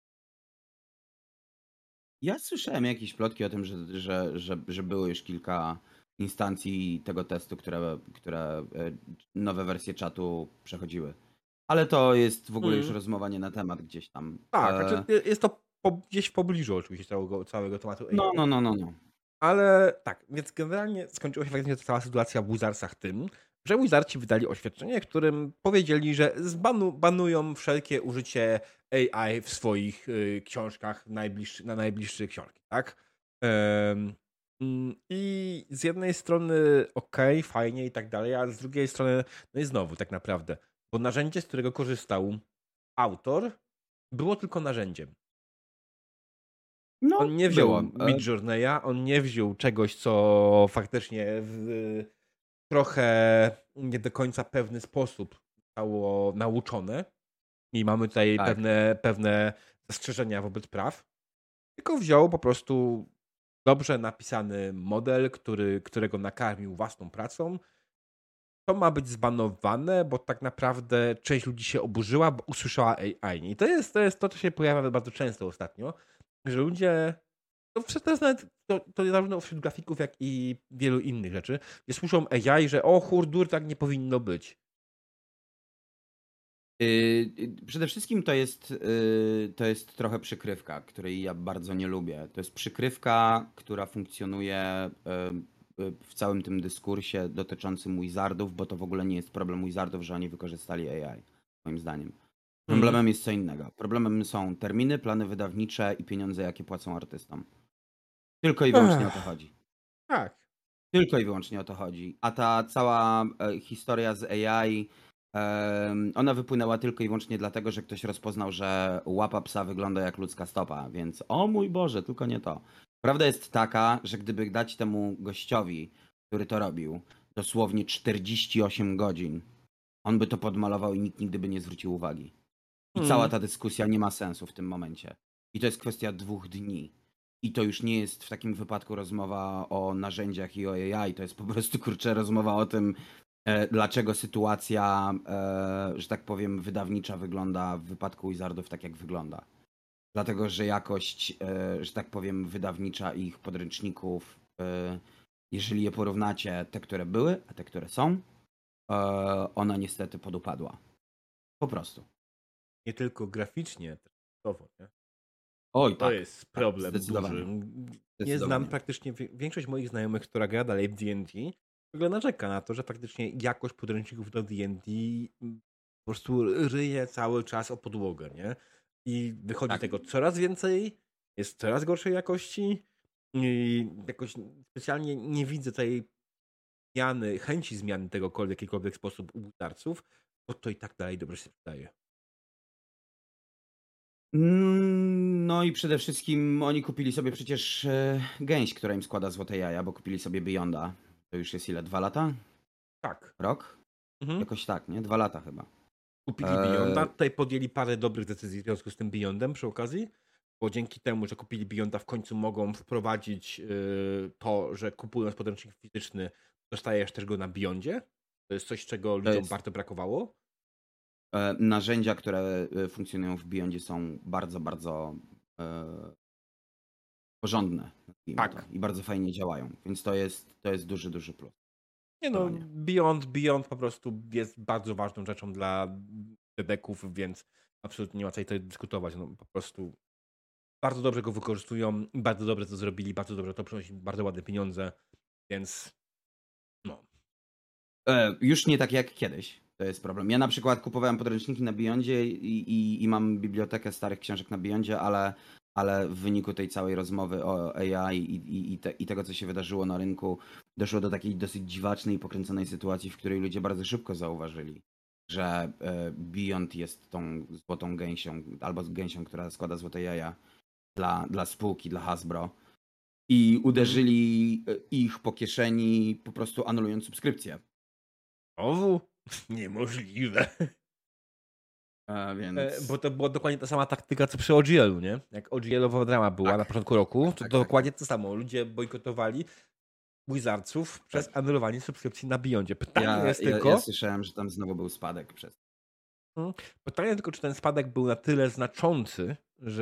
ja słyszałem jakieś plotki o tym, że, że, że, że było już kilka instancji tego testu, które, które e, nowe wersje czatu przechodziły. Ale to jest w ogóle już Mm. rozmowa nie na temat gdzieś tam. Tak, E, znaczy je- jest to po, gdzieś w pobliżu oczywiście całego, całego tematu A I. no, no, no, no, no. Ale tak, więc generalnie skończyła się faktycznie cała sytuacja w Wizardsach tym, że Wizardsi wydali oświadczenie, w którym powiedzieli, że zbanu, banują wszelkie użycie A I w swoich y, książkach najbliższy, na najbliższe książki, tak? Em, mm, I z jednej strony okej, fajnie i tak dalej, ale z drugiej strony, no i znowu tak naprawdę, bo narzędzie, z którego korzystał autor, było tylko narzędziem. No, On nie wziął było. E, Midjourneya, on nie wziął czegoś, co faktycznie w trochę nie do końca pewny sposób zostało nauczone i mamy tutaj tak. pewne, pewne zastrzeżenia wobec praw, tylko wziął po prostu dobrze napisany model, który, którego nakarmił własną pracą. To ma być zbanowane, bo tak naprawdę część ludzi się oburzyła, bo usłyszała A I. I to jest to, jest to co się pojawia bardzo często ostatnio, że ludzie to, to jest nawet to, to zarówno wśród grafików, jak i wielu innych rzeczy, gdzie słyszą A I, że o hurdur, tak nie powinno być. Y, y, Przede wszystkim to jest, y, to jest trochę przykrywka, której ja bardzo nie lubię. To jest przykrywka, która funkcjonuje y, y, w całym tym dyskursie dotyczącym Wizardów, bo to w ogóle nie jest problem Wizardów, że oni wykorzystali A I, moim zdaniem. Problemem Mhm. jest co innego. Problemem są terminy, plany wydawnicze i pieniądze, jakie płacą artystom. Tylko i wyłącznie o to Ech, chodzi. tak. Tylko i wyłącznie o to chodzi. A ta cała e, historia z A I, em, ona wypłynęła tylko i wyłącznie dlatego, że ktoś rozpoznał, że łapa psa wygląda jak ludzka stopa, więc o mój Boże, tylko nie to. Prawda jest taka, że gdyby dać temu gościowi, który to robił, dosłownie czterdzieści osiem godzin, on by to podmalował i nikt nigdy by nie zwrócił uwagi. I cała Mhm. ta dyskusja nie ma sensu w tym momencie. I to jest kwestia dwóch dni. I to już nie jest w takim wypadku rozmowa o narzędziach i o A I, to jest po prostu kurczę rozmowa o tym, e, dlaczego sytuacja, e, że tak powiem, wydawnicza wygląda w wypadku Wizardów tak, jak wygląda. Dlatego, że jakość, e, że tak powiem, wydawnicza ich podręczników, e, jeżeli je porównacie, te, które były, a te, które są, e, ona niestety podupadła. Po prostu. Nie tylko graficznie, też tekstowo, nie? Oj, To tak, jest tak, problem duży. zdecydowanie, Nie znam zdecydowanie. praktycznie wie- większość moich znajomych, która gra dalej w D and D, w ogóle narzeka na to, że faktycznie jakość podręczników do D and D mm, po prostu ryje cały czas o podłogę, nie? I wychodzi Tak. tego coraz więcej, jest coraz gorszej jakości i jakoś specjalnie nie widzę tej zmiany, chęci zmiany tegokolwiek, w jakikolwiek sposób u wydawców, bo to i tak dalej dobrze się sprzedaje. Mm, No i przede wszystkim oni kupili sobie przecież e, gęś, która im składa złote jaja, bo kupili sobie Beyonda. To już jest ile? Dwa lata? Tak. Rok? Mhm. Jakoś tak, nie? Dwa lata chyba. Kupili Beyonda, E, tutaj podjęli parę dobrych decyzji w związku z tym Beyondem przy okazji, bo dzięki temu, że kupili Beyonda, w końcu mogą wprowadzić yy, to, że kupując podręcznik fizyczny, dostajesz też go na Beyondzie. To jest coś, czego to ludziom jest bardzo brakowało. e, narzędzia, które e, funkcjonują w Beyondzie są bardzo, bardzo e, porządne, nazwijmy to, Tak. i bardzo fajnie działają, więc to jest, to jest duży, duży plus. Nie no, Zdecydowanie. Beyond, Beyond po prostu jest bardzo ważną rzeczą dla dedeków, więc absolutnie nie ma co tutaj dyskutować. No, po prostu bardzo dobrze go wykorzystują, bardzo dobrze to zrobili, bardzo dobrze to przynosi bardzo ładne pieniądze, więc no. E, już nie tak jak kiedyś. To jest problem. Ja na przykład kupowałem podręczniki na Beyondzie i, i, i mam bibliotekę starych książek na Beyondzie, ale, ale w wyniku tej całej rozmowy o A I i, i, i, te, i tego, co się wydarzyło na rynku, doszło do takiej dosyć dziwacznej i pokręconej sytuacji, w której ludzie bardzo szybko zauważyli, że e, Beyond jest tą złotą gęsią, albo gęsią, która składa złote jaja dla, dla spółki, dla Hasbro. I Mhm. uderzyli e, ich po kieszeni, po prostu anulując subskrypcję. Znowu? Niemożliwe. A E, więc Bo to była dokładnie ta sama taktyka, co przy O G L-u, nie? Jak O G L-owa drama była na tak, początku roku, to tak, tak, tak. dokładnie to samo. Ludzie bojkotowali Wizardsów przez tak. anulowanie subskrypcji na Beyondzie. Pytanie Ja, jest ja, ja tylko, słyszałem, że tam znowu był spadek przez. hmm, pytanie tylko, czy ten spadek był na tyle znaczący,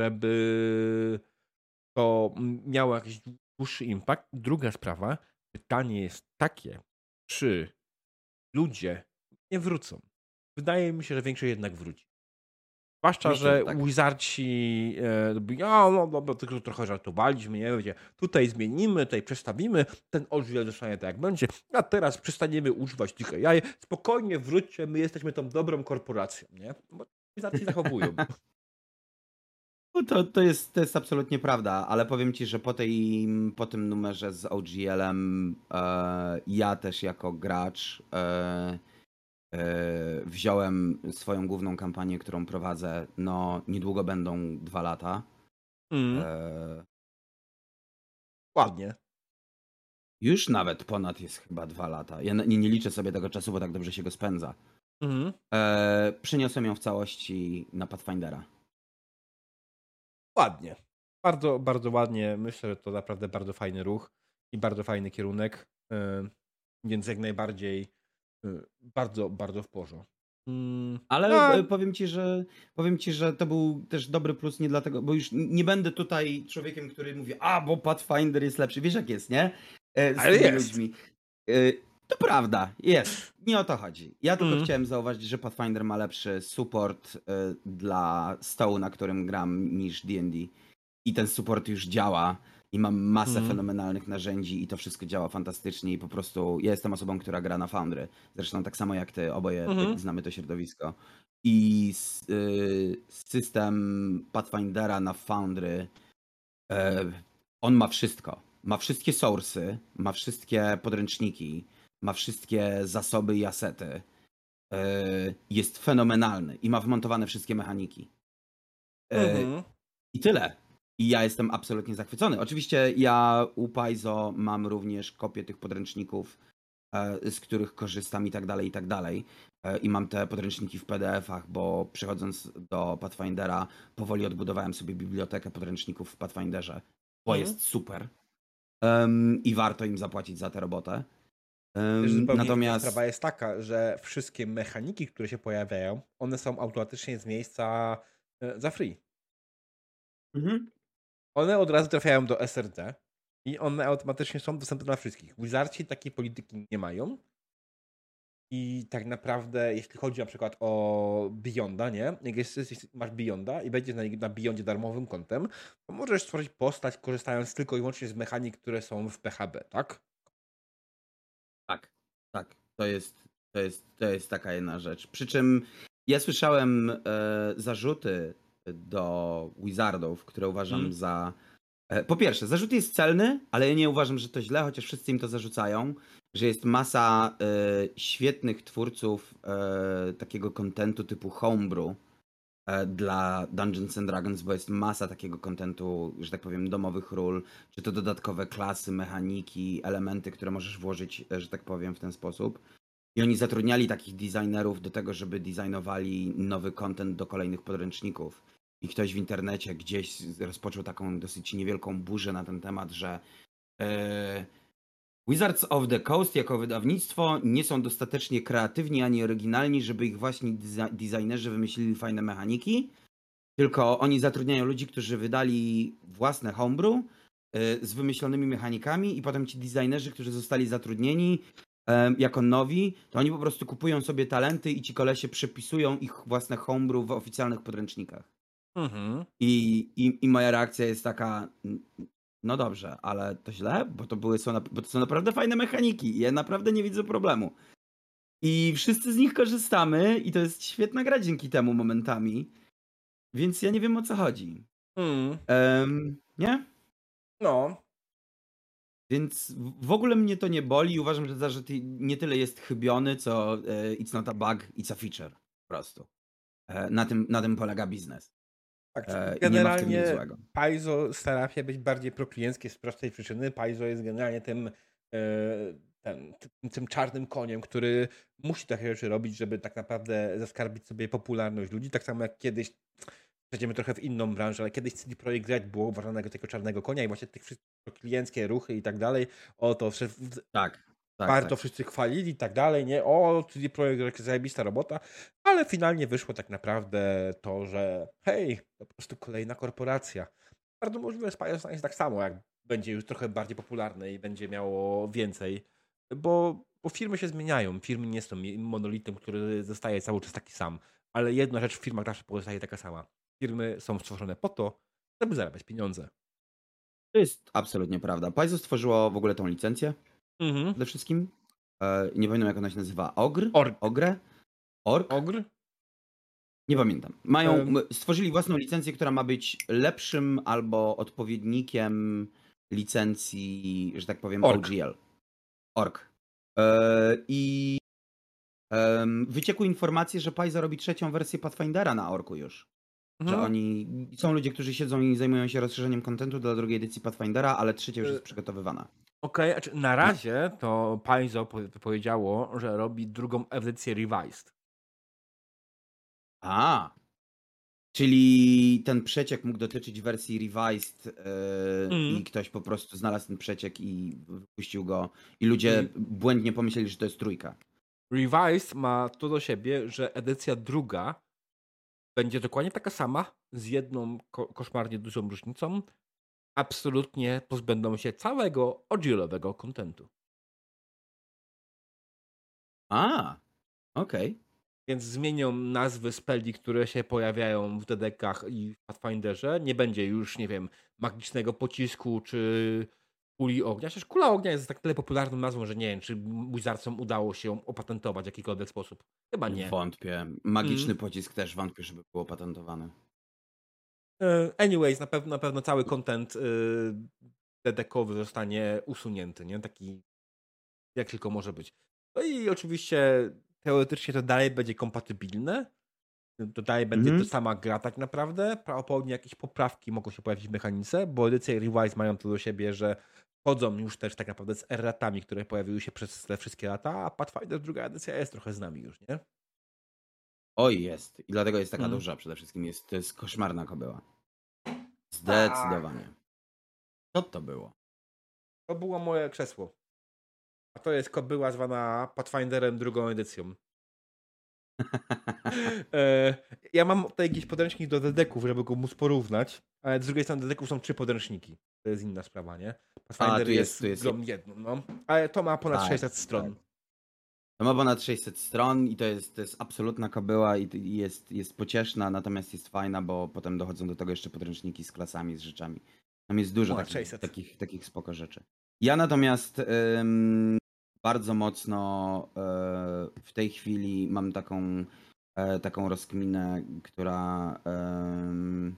żeby to miało jakiś dłuższy impact. Druga sprawa, pytanie jest takie, czy ludzie nie wrócą. Wydaje mi się, że większość jednak wróci. Zwłaszcza, Myślę, że że tak. Wizardsi e, robili, a no, no, no tylko trochę żartowaliśmy, nie wiecie, tutaj zmienimy, tutaj przestawimy, ten oddział zostanie tak jak będzie, a teraz przestaniemy używać tych A I, spokojnie wróćcie, my jesteśmy tą dobrą korporacją, nie? Bo Wizardsi zachowują. No to, to, jest, to jest absolutnie prawda, ale powiem ci, że po, tej, po tym numerze z O G L-em e, ja też jako gracz e, e, wziąłem swoją główną kampanię, którą prowadzę. No, niedługo będą dwa lata. Mm, E, ładnie. już nawet ponad jest chyba dwa lata. Ja nie, nie liczę sobie tego czasu, bo tak dobrze się go spędza. Mhm. E, przyniosłem ją w całości na Pathfindera. Ładnie. Bardzo, bardzo ładnie. Myślę, że to naprawdę bardzo fajny ruch i bardzo fajny kierunek, e, więc jak najbardziej e, bardzo, bardzo w porządku. Mm, Ale no, e, powiem ci, że powiem ci, że to był też dobry plus nie dlatego, bo już n- nie będę tutaj człowiekiem, który mówi, a bo Pathfinder jest lepszy. Wiesz jak jest, nie? E, Z ale tymi jest. ludźmi. E, To prawda, jest. Nie o to chodzi. Ja tylko Mm. chciałem zauważyć, że Pathfinder ma lepszy support e, dla stołu, na którym gram, niż D and D. I ten support już działa. I mam masę Mm. fenomenalnych narzędzi i to wszystko działa fantastycznie i po prostu ja jestem osobą, która gra na Foundry. Zresztą tak samo jak ty, oboje Mhm. jak znamy to środowisko. I s- y, system Pathfindera na Foundry, e, on ma wszystko. Ma wszystkie source'y, ma wszystkie podręczniki, ma wszystkie zasoby i asety. E, Jest fenomenalny i ma wmontowane wszystkie mechaniki. E, Mhm. I tyle. I ja jestem absolutnie zachwycony. Oczywiście ja u Paizo mam również kopię tych podręczników, e, z których korzystam i tak dalej, i tak dalej. E, I mam te podręczniki w P D F-ach, bo przychodząc do Pathfindera powoli odbudowałem sobie bibliotekę podręczników w Pathfinderze, bo Mhm. jest super. Em, I warto im zapłacić za tę robotę. Też Em, zupełnie inna sprawa Natomiast jest taka, że wszystkie mechaniki, które się pojawiają, one są automatycznie z miejsca e, za free. Mhm. One od razu trafiają do S R D i one automatycznie są dostępne dla wszystkich. Wizardsi takiej polityki nie mają. I tak naprawdę, jeśli chodzi na przykład o Beyonda, nie? Jak jest, jest, masz Beyonda i będziesz na, na Beyondzie darmowym kontem, to możesz stworzyć postać korzystając tylko i wyłącznie z mechanik, które są w P H B, tak? Tak, tak. To jest, to jest, to jest taka jedna rzecz. Przy czym ja słyszałem e, zarzuty do Wizardów, które uważam Mm. za. E, po pierwsze, zarzut jest celny, ale ja nie uważam, że to źle, chociaż wszyscy im to zarzucają, że jest masa e, świetnych twórców e, takiego kontentu typu homebrew e, dla Dungeons and Dragons, bo jest masa takiego kontentu, że tak powiem, domowych ról, czy to dodatkowe klasy, mechaniki, elementy, które możesz włożyć, e, że tak powiem, w ten sposób. I oni zatrudniali takich designerów do tego, żeby designowali nowy content do kolejnych podręczników. I ktoś w internecie gdzieś rozpoczął taką dosyć niewielką burzę na ten temat, że e, Wizards of the Coast jako wydawnictwo nie są dostatecznie kreatywni ani oryginalni, żeby ich właśnie desi- designerzy wymyślili fajne mechaniki, tylko oni zatrudniają ludzi, którzy wydali własne homebrew y, z wymyślonymi mechanikami i potem ci designerzy, którzy zostali zatrudnieni em, jako nowi, to oni po prostu kupują sobie talenty i ci kolesie przepisują ich własne homebrew w oficjalnych podręcznikach. Mhm. I, i, i moja reakcja jest taka, "N- no dobrze, ale to źle, bo to, były, są, nap- bo to są naprawdę fajne mechaniki i ja naprawdę nie widzę problemu. I wszyscy z nich korzystamy i to jest świetna gra dzięki temu momentami, więc ja nie wiem o co chodzi. Mm. Em, nie? No. Więc w w ogóle mnie to nie boli. Uważam, że zarzut nie tyle jest chybiony, co e, it's not a bug, it's a feature. Po prostu. E, na, tym, na tym polega biznes. Tak, E, I nie ma w tym nic generalnie złego. Paizo stara się być bardziej proklienckie z prostej przyczyny. Paizo jest generalnie tym, e, ten, tym, tym czarnym koniem, który musi takie rzeczy robić, żeby tak naprawdę zaskarbić sobie popularność ludzi. Tak samo jak kiedyś, przejdziemy trochę w inną branżę, ale kiedyś C D Projekt Red było uważane jako tego czarnego konia i właśnie tych wszystkich klienckie ruchy i tak dalej, o to Tak, tak, bardzo tak. wszyscy chwalili i tak dalej, nie? O, C D Projekt zajebista robota, ale finalnie wyszło tak naprawdę to, że hej, to po prostu kolejna korporacja. Bardzo możliwe, że Spire stanie się tak samo, jak będzie już trochę bardziej popularne i będzie miało więcej, bo, bo firmy się zmieniają. Firmy nie są monolitem, który zostaje cały czas taki sam, ale jedna rzecz w firmach zawsze pozostaje taka sama. Firmy są stworzone po to, żeby zarabiać pieniądze. To jest absolutnie prawda. Paizo stworzyło w ogóle tą licencję Mhm. przede wszystkim. E, nie pamiętam jak ona się nazywa. Ogr? Org. Ogre? Ork? Ogr? Nie pamiętam. Mają, Em, m- stworzyli własną licencję, która ma być lepszym albo odpowiednikiem licencji, że tak powiem, Org. O G L. Org. E, I em, wyciekły informacje, że Paizo robi trzecią wersję Pathfindera na Orku już. Że Mhm. oni. Są ludzie, którzy siedzą i zajmują się rozszerzeniem kontentu dla drugiej edycji Pathfindera, ale trzecia już Y, jest przygotowywana. Okej, znaczy na No. razie to Paizo po- powiedziało, że robi drugą edycję Revised. A. Czyli ten przeciek mógł dotyczyć wersji Revised yy, Mm. i ktoś po prostu znalazł ten przeciek i wypuścił go. I ludzie I- błędnie pomyśleli, że to jest trójka. Revised ma to do siebie, że edycja druga będzie dokładnie taka sama, z jedną ko- koszmarnie dużą różnicą. Absolutnie pozbędą się całego O G L-owego kontentu. A. Okej. Więc zmienią nazwy spelli, które się pojawiają w dedekach i w Pathfinderze. Nie będzie już, nie wiem, magicznego pocisku czy kuli ognia. Przecież kula ognia jest tak tyle popularną nazwą, że nie wiem, czy Wizardsom udało się ją opatentować w jakikolwiek sposób. Chyba nie. Wątpię. Magiczny Mm. pocisk też wątpię, żeby było patentowane. E, Anyways, na pewno, na pewno cały content y, dedekowy zostanie usunięty, nie? Taki jak tylko może być. No i oczywiście teoretycznie to dalej będzie kompatybilne. To dalej będzie Mhm. to sama gra tak naprawdę. Prawdopodobnie jakieś poprawki mogą się pojawić w mechanice, bo edycje Revise mają to do siebie, że chodzą już też tak naprawdę z erratami, które pojawiły się przez te wszystkie lata, a Pathfinder druga edycja jest trochę z nami już, nie? Oj, jest. I dlatego jest taka Mm. duża przede wszystkim. Jest, to jest koszmarna kobyła. Tak. Zdecydowanie. Co to było? To było moje krzesło. A to jest kobyła zwana Pathfinderem drugą edycją. E, ja mam tutaj jakiś podręcznik do dedeków, żeby go móc porównać, ale z drugiej strony dedeków są trzy podręczniki. To jest inna sprawa, nie? Pathfinder tu jest- jest, tu jest- grą jedną, no. Ale to ma ponad Tak, sześćset stron. tak. To ma ponad sześćset stron i to jest, to jest absolutna kobyła i i jest, jest pocieszna, natomiast jest fajna, bo potem dochodzą do tego jeszcze podręczniki z klasami, z rzeczami. Tam jest dużo Ponad takich, sześćset. takich, takich spoko rzeczy. Ja natomiast ym, bardzo mocno e, w tej chwili mam taką, e, taką rozkminę, która em,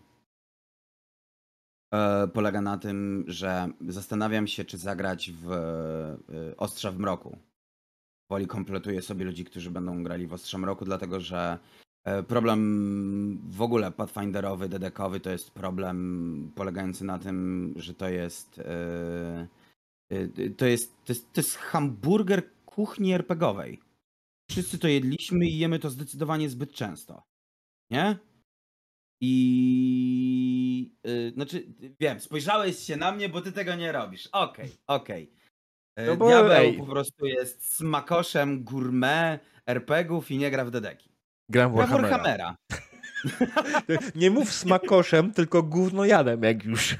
e, polega na tym, że zastanawiam się, czy zagrać w e, Ostrza w Mroku. Woli kompletuję sobie ludzi, którzy będą grali w Ostrzem Roku, dlatego że e, problem w ogóle pathfinderowy, dedekowy to jest problem polegający na tym, że to jest e, e, to jest, to jest, to jest hamburger kuchni er pe gie owej. Wszyscy to jedliśmy i jemy to zdecydowanie zbyt często. Nie? I yy, znaczy, wiem, spojrzałeś się na mnie, bo ty tego nie robisz. Okej, okej. No Yy, bo Diabeł ej, po prostu jest smakoszem gourmet er pe gie ów i nie gra w dedeki. gram w Gra w Warhammera. Warhammera. Nie mów smakoszem, tylko gówno jadem, jak już.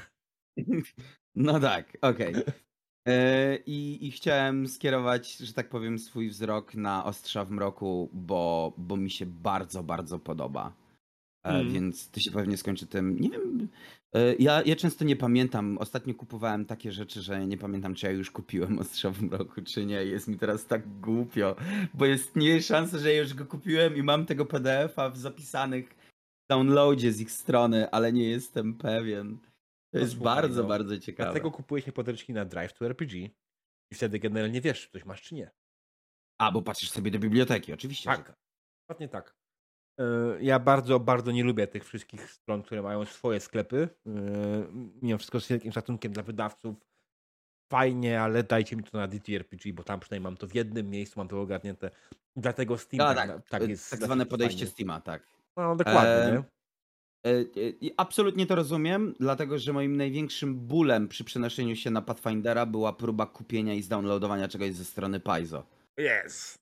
No tak, okej. Yy, I, I chciałem skierować, że tak powiem, swój wzrok na Ostrza w Mroku, bo, bo mi się bardzo, bardzo podoba. E, Mm. Więc to się pewnie skończy tym. Nie wiem. e, Ja, ja często nie pamiętam. Ostatnio kupowałem takie rzeczy, że nie pamiętam, czy ja już kupiłem Ostrza w Mroku, czy nie. Jest mi teraz tak głupio, bo jest nie szansa, że ja już go kupiłem i mam tego pe de efa w zapisanych downloadzie z ich strony, ale nie jestem pewien. To No jest słuchaj, bardzo, no. bardzo ciekawe. Dlatego kupujesz mi podręczniki na Drive to er pe gie i wtedy generalnie wiesz, czy coś masz, czy nie. A, bo patrzysz sobie do biblioteki, oczywiście. Że Tak, tak. dokładnie tak. E, Ja bardzo, bardzo nie lubię tych wszystkich stron, które mają swoje sklepy. E, Mimo wszystko z wielkim szacunkiem dla wydawców. Fajnie, ale dajcie mi to na D T R P G, bo tam przynajmniej mam to w jednym miejscu, mam to ogarnięte. Dlatego Steam A, tak, tak, tak e, jest. tak dla zwane wszystkich podejście fajny. Steama, tak. No dokładnie, Em, nie? E, e, i Absolutnie to rozumiem, dlatego że moim największym bólem przy przenoszeniu się na Pathfindera była próba kupienia i zdownloadowania czegoś ze strony Paizo. Yes.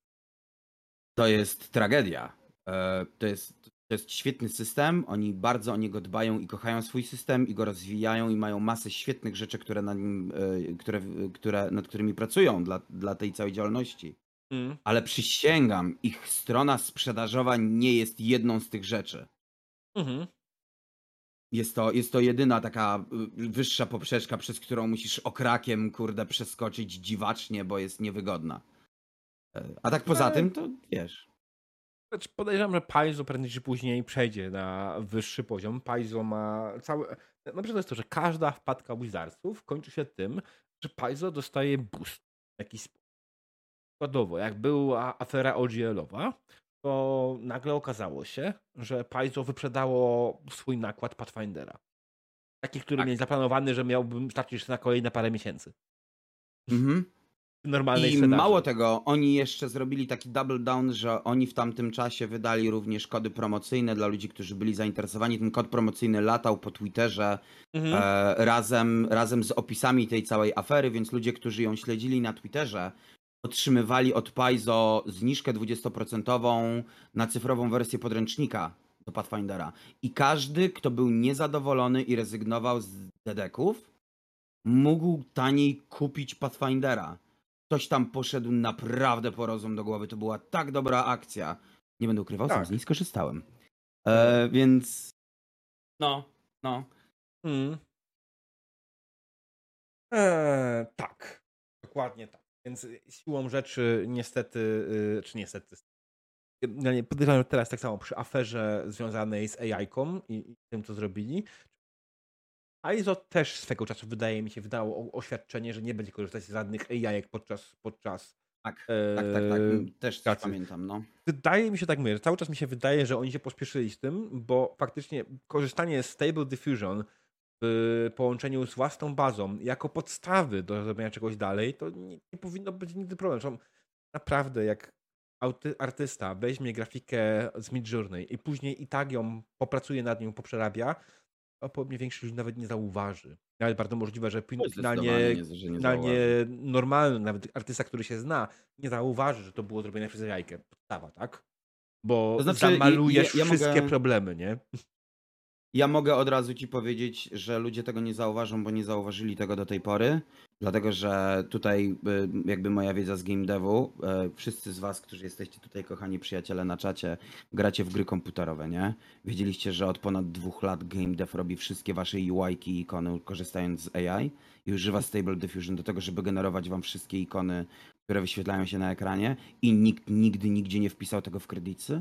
To jest tragedia. E, To jest, to jest świetny system, oni bardzo o niego dbają i kochają swój system i go rozwijają i mają masę świetnych rzeczy, które, na nim, e, które, które, nad którymi pracują dla, dla tej całej działalności. Mm. Ale przysięgam, ich strona sprzedażowa nie jest jedną z tych rzeczy. Mhm. Jest to, jest to jedyna taka y, wyższa poprzeczka, przez którą musisz okrakiem, kurde, przeskoczyć dziwacznie, bo jest niewygodna. E, A tak poza E. tym, to wiesz. Znaczy podejrzewam, że Paizo prędzej czy później przejdzie na wyższy poziom. Paizo ma cały... Na przykład to jest to, że każda wpadka Wizardsów kończy się tym, że Paizo dostaje boost w jakiś sposób. Przykładowo, jak była afera o gi el-owa, to nagle okazało się, że Paizo wyprzedało swój nakład Pathfindera. Taki, który Tak. mieli zaplanowany, że miałbym starczyć na kolejne parę miesięcy. Mhm. W normalnej I sprzedaży. mało tego, oni jeszcze zrobili taki double down, że oni w tamtym czasie wydali również kody promocyjne dla ludzi, którzy byli zainteresowani. Ten kod promocyjny latał po Twitterze Mhm. e, razem, razem z opisami tej całej afery, więc ludzie, którzy ją śledzili na Twitterze, otrzymywali od Paizo zniżkę dwudziestoprocentową na cyfrową wersję podręcznika do Pathfindera. I każdy, kto był niezadowolony i rezygnował z dedeków, mógł taniej kupić Pathfindera. Ktoś tam poszedł naprawdę po rozum do głowy. To była tak dobra akcja. Nie będę ukrywał, sam Tak. z niej skorzystałem. E, więc no, no. Mm. Eee, tak, dokładnie tak. Więc siłą rzeczy niestety, yy, czy niestety, ja nie podejrzewam, że teraz tak samo przy aferze związanej z A I-ką i, i tym, co zrobili. Paizo też swego czasu, wydaje mi się, wydało o, oświadczenie, że nie będzie korzystać z żadnych A I-ek podczas, podczas Tak, e, tak, tak, tak. Też coś pracy. pamiętam, no. Wydaje mi się, tak mówię, że cały czas mi się wydaje, że oni się pospieszyli z tym, bo faktycznie korzystanie z Stable Diffusion w połączeniu z własną bazą jako podstawy do zrobienia czegoś dalej, to nie, nie powinno być nigdy problem. Zresztą naprawdę, jak auty, artysta weźmie grafikę z Midjourney i później i tak ją popracuje nad nią, poprzerabia, to pewnie większość ludzi nawet nie zauważy. Nawet bardzo możliwe, że To finalnie, zdecydowanie nie, że nie finalnie zauważy. normalny, nawet artysta, który się zna, nie zauważy, że to było zrobione przez jajkę. Podstawa, tak? Bo To znaczy, zamalujesz ja- ja wszystkie mogę- problemy, nie? Ja mogę od razu ci powiedzieć, że ludzie tego nie zauważą, bo nie zauważyli tego do tej pory. Dlatego, że tutaj y, jakby moja wiedza z game devu, y, wszyscy z was, którzy jesteście tutaj, kochani przyjaciele na czacie, gracie w gry komputerowe, nie? Wiedzieliście, że od ponad dwóch lat game dev robi wszystkie wasze U I-ki i ikony korzystając z A I i używa Stable Diffusion do tego, żeby generować wam wszystkie ikony, które wyświetlają się na ekranie i nikt nigdy, nigdzie nie wpisał tego w kredyty?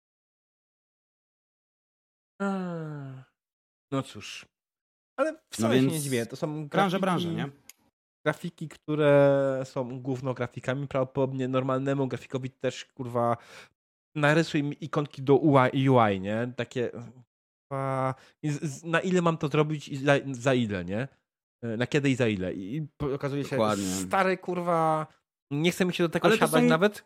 Eee, No cóż, ale No wcale się nie dziwię. więc To są branża, branża, grafiki, nie? grafiki, które są główno grafikami. Prawdopodobnie normalnemu grafikowi też, kurwa, narysuj mi ikonki do U I, U I, nie? Takie, kurwa, i z- z- na ile mam to zrobić i za, za ile, nie? E, Na kiedy i za ile. I po- okazuje się, Dokładnie. stary, kurwa, nie chce mi się do tego Ale to siadać są, nawet.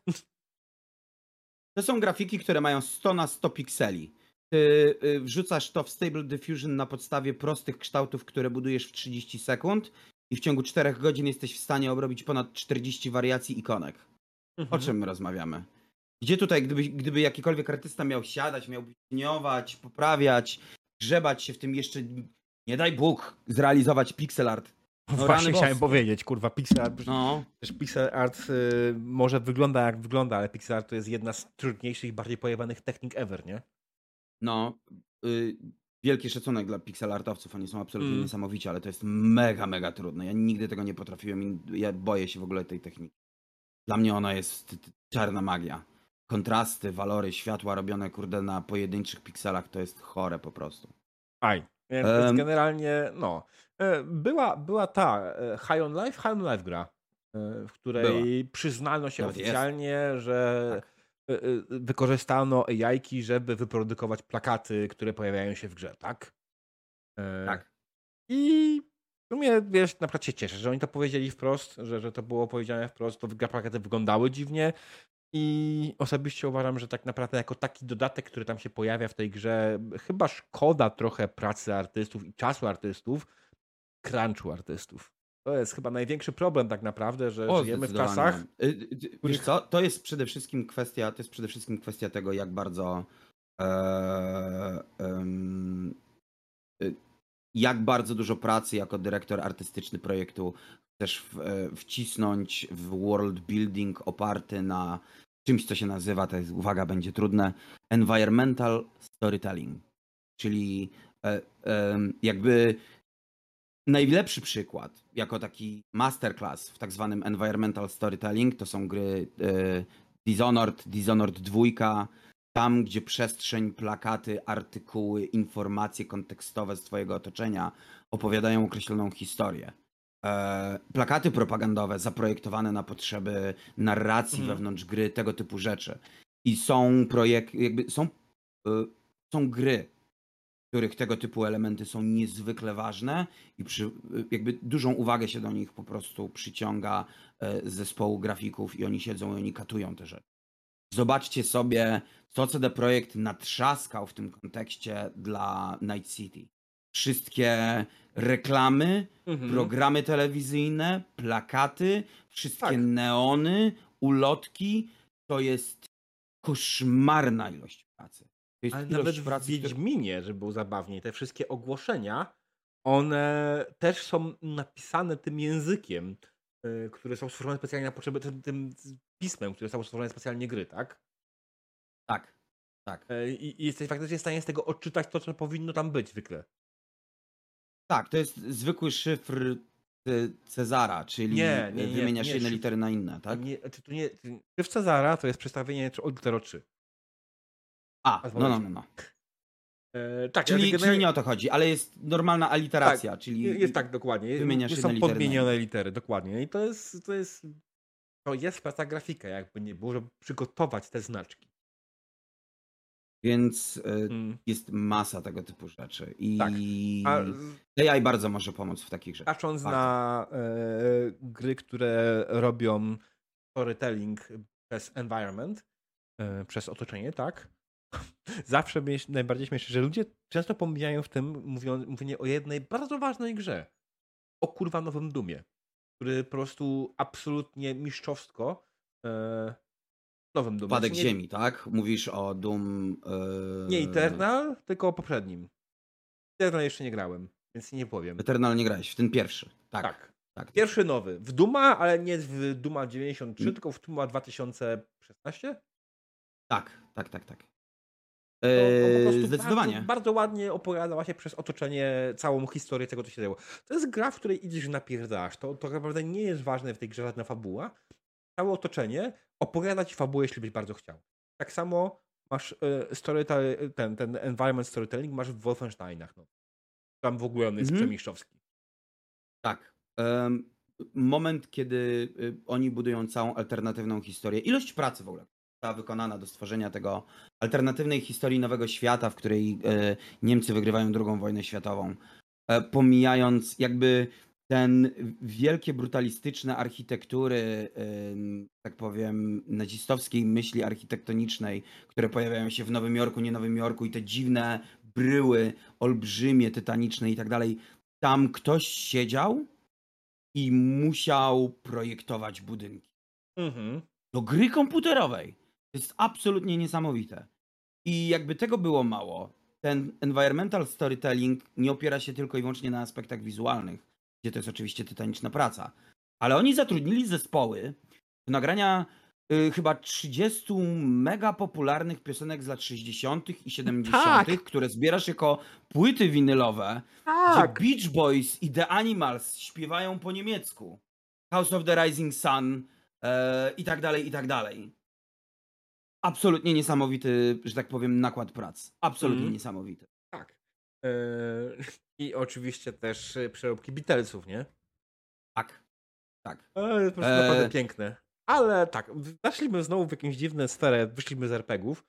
to są grafiki, które mają sto na sto pikseli. Ty y, wrzucasz to w Stable Diffusion na podstawie prostych kształtów, które budujesz w trzydzieści sekund i w ciągu czterech godzin jesteś w stanie obrobić ponad czterdzieści wariacji ikonek. O Mhm. czym my rozmawiamy? Gdzie tutaj, gdyby, gdyby jakikolwiek artysta miał siadać, miał cieniować, poprawiać, grzebać się w tym jeszcze, nie daj Bóg, zrealizować pixel art. No rany Właśnie chciałem boskie. powiedzieć, kurwa, pixel art. No, Też pixel art y, może wygląda jak wygląda, ale pixel art to jest jedna z trudniejszych i bardziej pojebanych technik ever, nie? no. Y, wielki szacunek dla pixel artowców, oni są absolutnie Mm. niesamowici, ale to jest mega, mega trudne. Ja nigdy tego nie potrafiłem i ja boję się w ogóle tej techniki. Dla mnie ona jest t- t- czarna magia. Kontrasty, walory, światła robione, kurde, na pojedynczych pikselach to jest chore po prostu. Aj. Więc Em, generalnie, no. E, Była, była ta e, High on Life, High on Life gra, e, w Była. której przyznano się Nawet jest. oficjalnie, że Tak. e, e, wykorzystano A I-ki, żeby wyprodukować plakaty, które pojawiają się w grze, tak? E, Tak. I w sumie, wiesz, na przykład się cieszę, że oni to powiedzieli wprost, że, że to było powiedziane wprost, to gra plakaty wyglądały dziwnie i osobiście uważam, że tak naprawdę jako taki dodatek, który tam się pojawia w tej grze, chyba szkoda trochę pracy artystów i czasu artystów, crunchu artystów. To jest chyba największy problem tak naprawdę, że O, żyjemy w zdecydowanie. czasach, Y, y, y, Wiesz których... co, to jest przede wszystkim kwestia, to jest przede wszystkim kwestia tego, jak bardzo e, em, y, jak bardzo dużo pracy jako dyrektor artystyczny projektu chcesz w, e, wcisnąć w world building oparty na czymś, co się nazywa, to jest, uwaga, będzie trudne, environmental storytelling. Czyli e, em, jakby najlepszy przykład, jako taki masterclass w tak zwanym environmental storytelling, to są gry e, Dishonored, Dishonored dwa, tam gdzie przestrzeń, plakaty, artykuły, informacje kontekstowe z twojego otoczenia opowiadają określoną historię. E, plakaty propagandowe zaprojektowane na potrzeby narracji Mhm. wewnątrz gry, tego typu rzeczy. I są projekt, jakby są, e, są gry, w których tego typu elementy są niezwykle ważne i przy, jakby dużą uwagę się do nich po prostu przyciąga e, z zespołu grafików i oni siedzą i oni katują te rzeczy. Zobaczcie sobie, co C D Projekt natrzaskał w tym kontekście dla Night City. Wszystkie reklamy, Mhm. programy telewizyjne, plakaty, wszystkie Tak. neony, ulotki. To jest koszmarna ilość pracy. To jest Ale ilość nawet w pracy, która... Wiedźminie, żeby było zabawniej, te wszystkie ogłoszenia, one też są napisane tym językiem, y, które są stworzone specjalnie na potrzeby, tym, tym pismem, które są stworzone specjalnie gry, tak? Tak, tak. E, I, I jesteś faktycznie w stanie z tego odczytać to, co powinno tam być zwykle. Tak, to jest zwykły szyfr Ce- Cezara, czyli Nie, nie, nie, wymieniasz nie, jedne szyfr- litery na inne, tak? Nie, czy tu nie, czy w Cezara to jest przestawienie od litero trzy. A, A z no, no, momencie. no. no. E, tak, Czyli, ale czyli nie o to chodzi, ale jest normalna aliteracja, czyli jest tak, dokładnie. wymieniasz jedne Są litery na podmienione inne. litery, dokładnie. I to jest, to jest, to jest praca grafika, jakby nie było, żeby przygotować te znaczki. Więc y, Mm. jest masa tego typu rzeczy i Tak. A A I bardzo może pomóc w takich rzeczach. patrząc Bardzo. na e, gry, które robią storytelling przez environment, e, przez otoczenie, tak? Zawsze mnie najbardziej śmieszy, że ludzie często pomijają w tym mówią, mówienie o jednej bardzo ważnej grze. O kurwa nowym Dumie, który po prostu absolutnie mistrzowsko e, nowym Dumie. Upadek Znaczy nie, Ziemi, tak? Mówisz o Doom... y, nie Eternal, tylko o poprzednim. Eternal jeszcze nie grałem, więc nie powiem. Eternal nie grałeś, w ten pierwszy. Tak. Tak. tak. Pierwszy nowy. W Duma, ale nie w Duma dziewięćdziesiąt trzy, Mm. tylko w Duma dwa tysiące szesnaście? Tak, tak, tak, tak. To on po Eee, prostu zdecydowanie. bardzo, bardzo ładnie opowiada właśnie przez otoczenie całą historię tego, co się działo. To jest gra, w której idziesz i napierdasz. To, to naprawdę nie jest ważne w tej grze żadna fabuła. Całe otoczenie opowiada ci fabułę, jeśli byś bardzo chciał. Tak samo masz e, story, ten, ten environment storytelling masz w Wolfensteinach. No. Tam w ogóle on jest Mhm. przemiszczowski. Tak. Em, moment, kiedy y, oni budują całą alternatywną historię. Ilość pracy w ogóle została wykonana do stworzenia tego alternatywnej historii nowego świata, w której e, Niemcy wygrywają drugą wojnę światową. E, pomijając jakby ten wielkie brutalistyczne architektury, em, tak powiem, nazistowskiej myśli architektonicznej, które pojawiają się w Nowym Jorku, nie Nowym Jorku i te dziwne bryły, olbrzymie, tytaniczne i tak dalej. Tam ktoś siedział i musiał projektować budynki. Mhm. Do gry komputerowej. To jest absolutnie niesamowite. I jakby tego było mało, ten environmental storytelling nie opiera się tylko i wyłącznie na aspektach wizualnych, gdzie to jest oczywiście tytaniczna praca. Ale oni zatrudnili zespoły do nagrania y, chyba trzydziestu mega popularnych piosenek z lat sześćdziesiątych i siedemdziesiątych, Tak. które zbierasz jako płyty winylowe, Tak. gdzie Beach Boys i The Animals śpiewają po niemiecku. House of the Rising Sun e, i tak dalej, i tak dalej. Absolutnie niesamowity, że tak powiem, nakład prac. Absolutnie Mhm. niesamowity. Tak. E, I oczywiście też e, przeróbki Beatlesów, nie? Tak. Tak. To jest po prostu Eee, naprawdę piękne. Ale tak, weszliśmy znowu w jakąś dziwną sferę, wyszliśmy z er pe gów,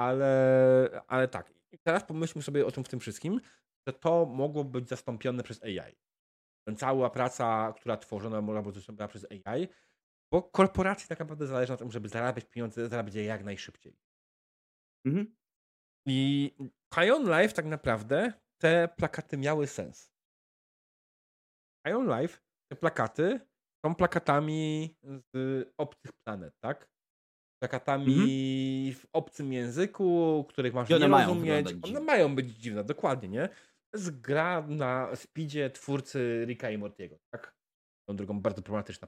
ale, ale tak. I teraz pomyślmy sobie o tym w tym wszystkim, że to mogło być zastąpione przez A I. Cała praca, która tworzona mogła być zastąpiona przez A I, bo korporacje tak naprawdę zależą na tym, żeby zarabiać pieniądze, zarabiać je jak najszybciej. mhm. I High on Life tak naprawdę te plakaty miały sens. High on Life, te plakaty są plakatami z obcych planet, tak? Plakatami Mhm. w obcym języku, których masz I one nie mają rozumieć. wyglądać One dziwnie. mają być dziwne, dokładnie, nie? To jest gra na speedzie twórcy Ricka i Mortiego, tak? Tą drugą bardzo problematyczna.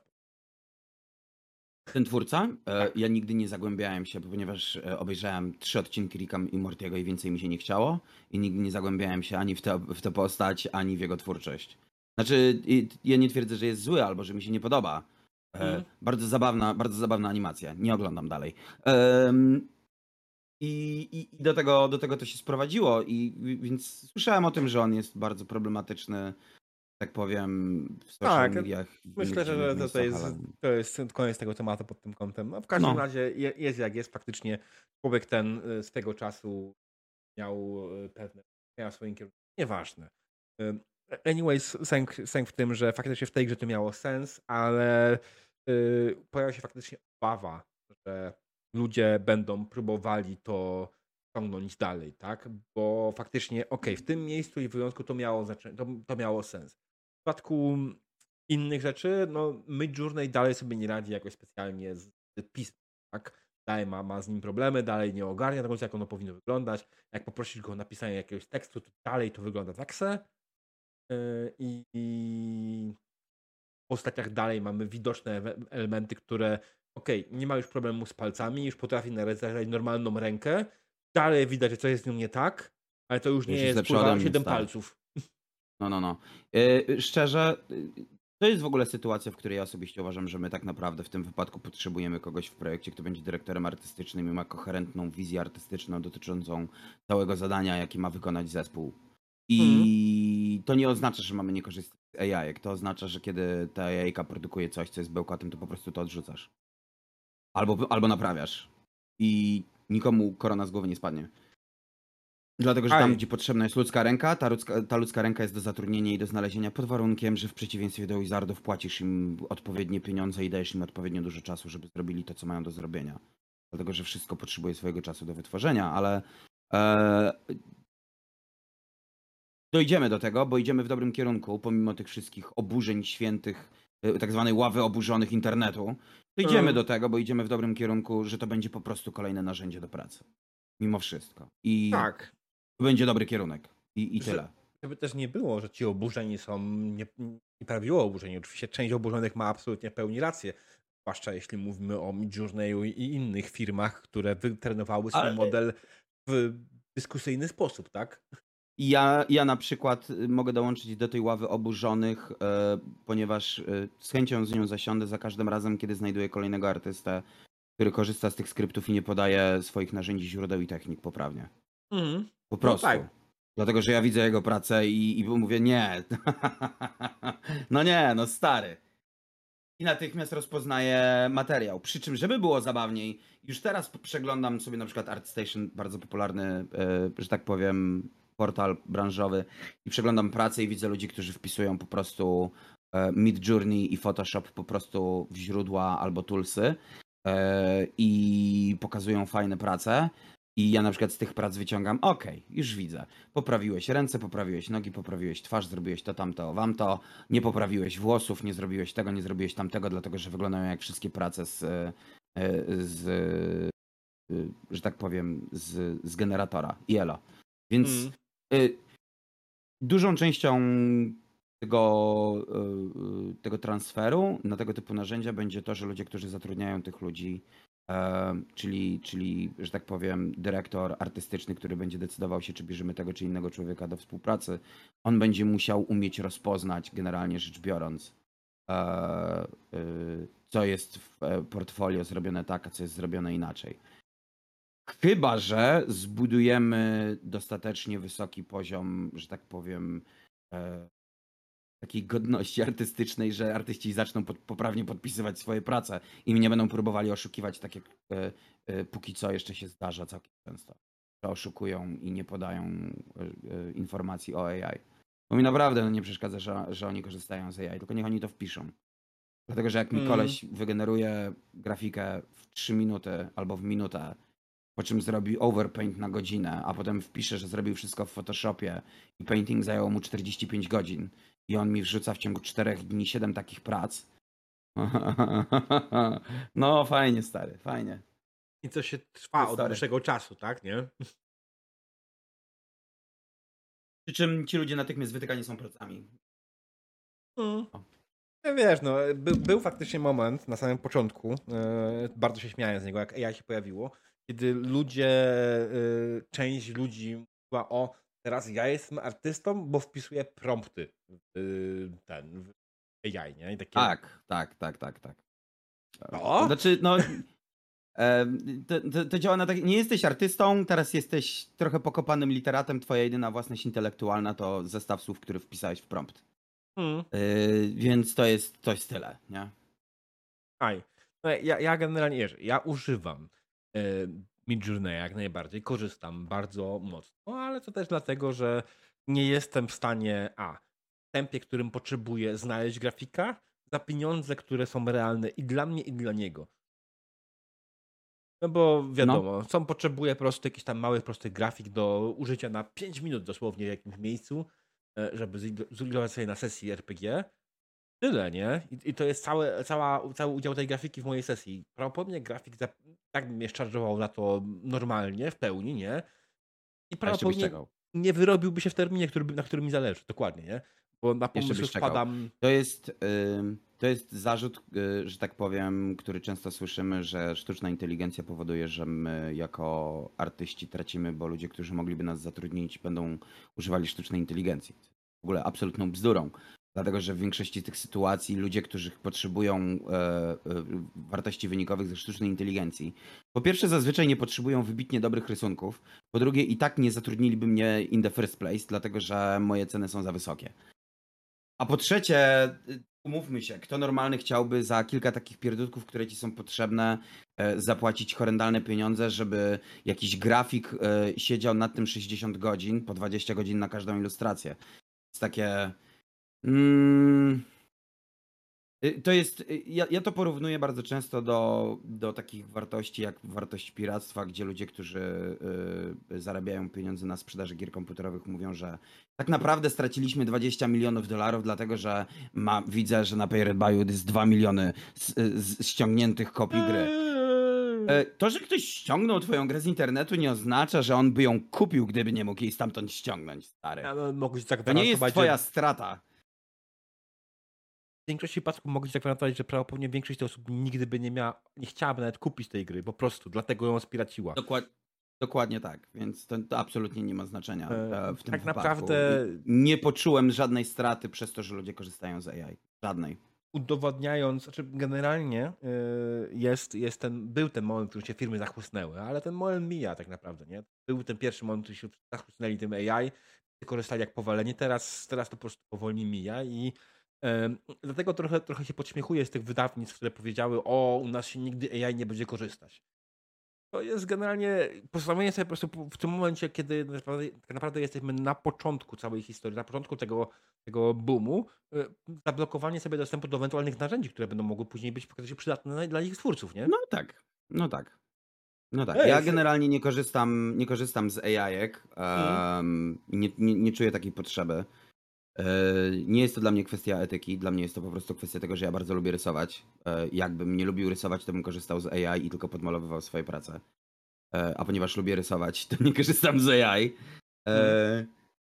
Ten twórca, e, Tak. ja nigdy nie zagłębiałem się, ponieważ e, obejrzałem trzy odcinki Ricka i Mortiego i więcej mi się nie chciało. I nigdy nie zagłębiałem się ani w tę w tę postać, ani w jego twórczość. Znaczy, i- ja nie twierdzę, że jest zły albo że mi się nie podoba. E, Mhm. Bardzo zabawna, bardzo zabawna animacja. Nie oglądam dalej. Em, I, i, i do, tego, do tego to się sprowadziło. I wi- więc słyszałem o tym, że on jest bardzo problematyczny, tak powiem, w social Tak, mediach i w innych myślę, dziwnych że to, to, miejscach, jest, ale to jest koniec tego tematu pod tym kątem. No, w każdym no. razie je- jest jak jest. Faktycznie człowiek ten y, z tego czasu miał y, pewne miał swoim kierunku. Nieważne. Y, Anyways, sęk, sęk w tym, że faktycznie w tej grze to miało sens, ale y, pojawia się faktycznie obawa, że ludzie będą próbowali to ciągnąć dalej, tak? Bo faktycznie, okej, okay, w tym miejscu i wyjątku to miało, znaczenie, to, to miało sens. W przypadku innych rzeczy, no Midjourney dalej sobie nie radzi jakoś specjalnie z pismem, tak? Dalej ma, ma z nim problemy, dalej nie ogarnia tego, jak ono powinno wyglądać. Jak poprosisz go o napisanie jakiegoś tekstu, to dalej to wygląda tak se. Yy, I, i w postaciach dalej mamy widoczne elementy, które okej, okay, nie ma już problemu z palcami, już potrafi narysować normalną rękę. Dalej widać, że coś jest z nią nie tak, ale to już nie Już jest jest lepszy ode kurwa mnie, siedem stary. palców. No, no, no. E, szczerze, y, to jest w ogóle sytuacja, w której ja osobiście uważam, że my tak naprawdę w tym wypadku potrzebujemy kogoś w projekcie, kto będzie dyrektorem artystycznym i ma koherentną wizję artystyczną dotyczącą całego zadania, jakie ma wykonać zespół. Mhm. I to nie oznacza, że mamy nie korzystać z A I. To oznacza, że kiedy ta A I produkuje coś, co jest bełkotem, to po prostu to odrzucasz. Albo, albo naprawiasz. I nikomu korona z głowy nie spadnie. Dlatego, że tam, Aj. gdzie potrzebna jest ludzka ręka, ta ludzka, ta ludzka ręka jest do zatrudnienia i do znalezienia pod warunkiem, że w przeciwieństwie do Wizardów płacisz im odpowiednie pieniądze i dajesz im odpowiednio dużo czasu, żeby zrobili to, co mają do zrobienia. Dlatego, że wszystko potrzebuje swojego czasu do wytworzenia, ale e, dojdziemy do tego, bo idziemy w dobrym kierunku, pomimo tych wszystkich oburzeń świętych, e, tak zwanej ławy oburzonych internetu. Dojdziemy Mhm. do tego, bo idziemy w dobrym kierunku, że to będzie po prostu kolejne narzędzie do pracy. Mimo wszystko. I Tak. to będzie dobry kierunek. I, i Że, tyle. Żeby też nie było, że ci oburzeni są nie, nieprawidłowo oburzeni. Oczywiście część oburzonych ma absolutnie w pełni rację. Zwłaszcza jeśli mówimy o Midjourneyu i innych firmach, które wytrenowały swój Ale model w dyskusyjny sposób, tak? ja, ja na przykład y, mogę dołączyć do tej ławy oburzonych, e, ponieważ e, z chęcią z nią zasiądę za każdym razem, kiedy znajduję kolejnego artystę, który korzysta z tych skryptów i nie podaje swoich narzędzi, źródeł i technik poprawnie. Mhm. Po No prostu. tak. Dlatego, że ja widzę jego pracę i, i mówię, nie. No nie, no stary. I natychmiast rozpoznaję materiał. Przy czym, żeby było zabawniej, już teraz p- przeglądam sobie na przykład ArtStation, bardzo popularny, e, że tak powiem, portal branżowy, i przeglądam pracę i widzę ludzi, którzy wpisują po prostu e, Midjourney i Photoshop po prostu w źródła albo toolsy e, i pokazują fajne prace. I ja na przykład z tych prac wyciągam, okej, już widzę. Poprawiłeś ręce, poprawiłeś nogi, poprawiłeś twarz, zrobiłeś to, tamto, wamto. Nie poprawiłeś włosów, nie zrobiłeś tego, nie zrobiłeś tamtego, dlatego że wyglądają jak wszystkie prace z, e, z e, że tak powiem, z, z generatora I E L O. Więc Mhm. y, dużą częścią tego, y, tego transferu na tego typu narzędzia będzie to, że ludzie, którzy zatrudniają tych ludzi, e, czyli, czyli, że tak powiem, dyrektor artystyczny, który będzie decydował się, czy bierzemy tego czy innego człowieka do współpracy, on będzie musiał umieć rozpoznać, generalnie rzecz biorąc, e, y, co jest w e, portfolio zrobione tak, a co jest zrobione inaczej. Chyba że zbudujemy dostatecznie wysoki poziom, że tak powiem, e, takiej godności artystycznej, że artyści zaczną pod, poprawnie podpisywać swoje prace i mnie będą próbowali oszukiwać, tak jak e, e, póki co jeszcze się zdarza całkiem często. Że oszukują i nie podają e, e, informacji o A I. Bo mi naprawdę no, nie przeszkadza, że, że oni korzystają z A I, tylko niech oni to wpiszą. Dlatego, że jak mi Mhm. koleś wygeneruje grafikę w trzy minuty albo w minutę, po czym zrobi overpaint na godzinę, a potem wpisze, że zrobił wszystko w Photoshopie i painting zajął mu czterdzieści pięć godzin i on mi wrzuca w ciągu czterech dni siedem takich prac. No fajnie, stary, fajnie. I co się True trwa od story. dłuższego czasu, tak, nie? Przy czym ci ludzie natychmiast wytykani są pracami. Mhm. O. No wiesz, no, by, był faktycznie moment na samym początku, e, bardzo się śmiałem z niego, jak A I się pojawiło, kiedy ludzie, e, część ludzi mówiła, o, teraz ja jestem artystą, bo wpisuję prompty w e, ten, w A I, nie? I takie, Tak, tak, tak, tak, tak. o? Znaczy, no, e, to, to, to działa na tak. Nie jesteś artystą, teraz jesteś trochę pokopanym literatem. Twoja jedyna własność intelektualna to zestaw słów, który wpisałeś w prompt. Hmm. Yy, więc to jest, to jest tyle, nie? Aj. No, ja, ja generalnie, wiesz, ja używam e, Midjourneya jak najbardziej, korzystam bardzo mocno, ale to też dlatego, że nie jestem w stanie, a, w tempie, którym potrzebuję znaleźć grafika, za pieniądze, które są realne i dla mnie, i dla niego. No bo No, wiadomo, są potrzebuje po prostu jakiś tam mały, prosty grafik do użycia na pięć minut dosłownie w jakimś miejscu, e, żeby zilustrować sobie na sesji R P G. Tyle, nie? I, i to jest całe, cała, cały udział tej grafiki w mojej sesji. Prawdopodobnie grafik za, tak bym mnie szarżował na to normalnie, w pełni, nie? I a jeszcze byś prawdopodobnie czekał. nie wyrobiłby się w terminie, który, na którym mi zależy. Dokładnie, nie? Bo na Jeszcze pomysły byś czekał. wpadam. To jest, yy, to jest zarzut, yy, że tak powiem, który często słyszymy, że sztuczna inteligencja powoduje, że my jako artyści tracimy, bo ludzie, którzy mogliby nas zatrudnić, będą używali sztucznej inteligencji. W ogóle absolutną bzdurą. Dlatego, że w większości tych sytuacji ludzie, którzy potrzebują e, e, wartości wynikowych ze sztucznej inteligencji, po pierwsze zazwyczaj nie potrzebują wybitnie dobrych rysunków, po drugie i tak nie zatrudniliby mnie in the first place, dlatego że moje ceny są za wysokie. A po trzecie, y, umówmy się, kto normalny chciałby za kilka takich pierdółków, które ci są potrzebne, e, zapłacić horrendalne pieniądze, żeby jakiś grafik e, siedział nad tym sześćdziesiąt godzin, po dwadzieścia godzin na każdą ilustrację. Jest takie... Mm, y, to jest, y, ja, ja to porównuję bardzo często do, do takich wartości jak wartość piractwa, gdzie ludzie, którzy y, zarabiają pieniądze na sprzedaży gier komputerowych, mówią, że tak naprawdę straciliśmy dwadzieścia milionów dolarów, dlatego że ma, widzę, że na Pirate Bayou jest dwa miliony z, z, ściągniętych kopii gry. E, To, że ktoś ściągnął twoją grę z internetu, nie oznacza, że on by ją kupił, gdyby nie mógł jej stamtąd ściągnąć, stary. Ale mogę ci To nie jest zagwarantować, twoja że strata. w większości przypadków mogę ci zagwarantować, że prawdopodobnie większość tych osób nigdy by nie miała, nie chciałaby nawet kupić tej gry, po prostu, dlatego ją spiraciła. Dokład... Dokładnie tak, więc to, to absolutnie nie ma znaczenia E, e, w tym tak wypadku. naprawdę- I nie poczułem żadnej straty przez to, że ludzie korzystają z A I. Żadnej. Udowodniając, znaczy generalnie y, jest, jest ten, był ten moment, w którym się firmy zachłysnęły, ale ten moment mija tak naprawdę, nie? Był ten pierwszy moment, w którym się zachłysnęli tym A I, korzystali jak powalenie, teraz, teraz to po prostu powoli mija i y, dlatego trochę, trochę się podśmiechuję z tych wydawnictw, które powiedziały, o, u nas się nigdy A I nie będzie korzystać. To jest generalnie postawienie sobie po prostu w tym momencie, kiedy naprawdę, tak naprawdę jesteśmy na początku całej historii, na początku tego, tego boomu, y, zablokowanie sobie dostępu do ewentualnych narzędzi, które będą mogły później być faktycznie przydatne dla ich twórców, nie? No tak, no tak. No tak. Ej, Ja fy- generalnie nie korzystam, nie korzystam z A I-ek. Mhm. Um, nie, nie, nie czuję takiej potrzeby. E, Nie jest to dla mnie kwestia etyki, dla mnie jest to po prostu kwestia tego, że ja bardzo lubię rysować. E, Jakbym nie lubił rysować, to bym korzystał z A I i tylko podmalowywał swoje prace. E, A ponieważ lubię rysować, to nie korzystam z A I. E,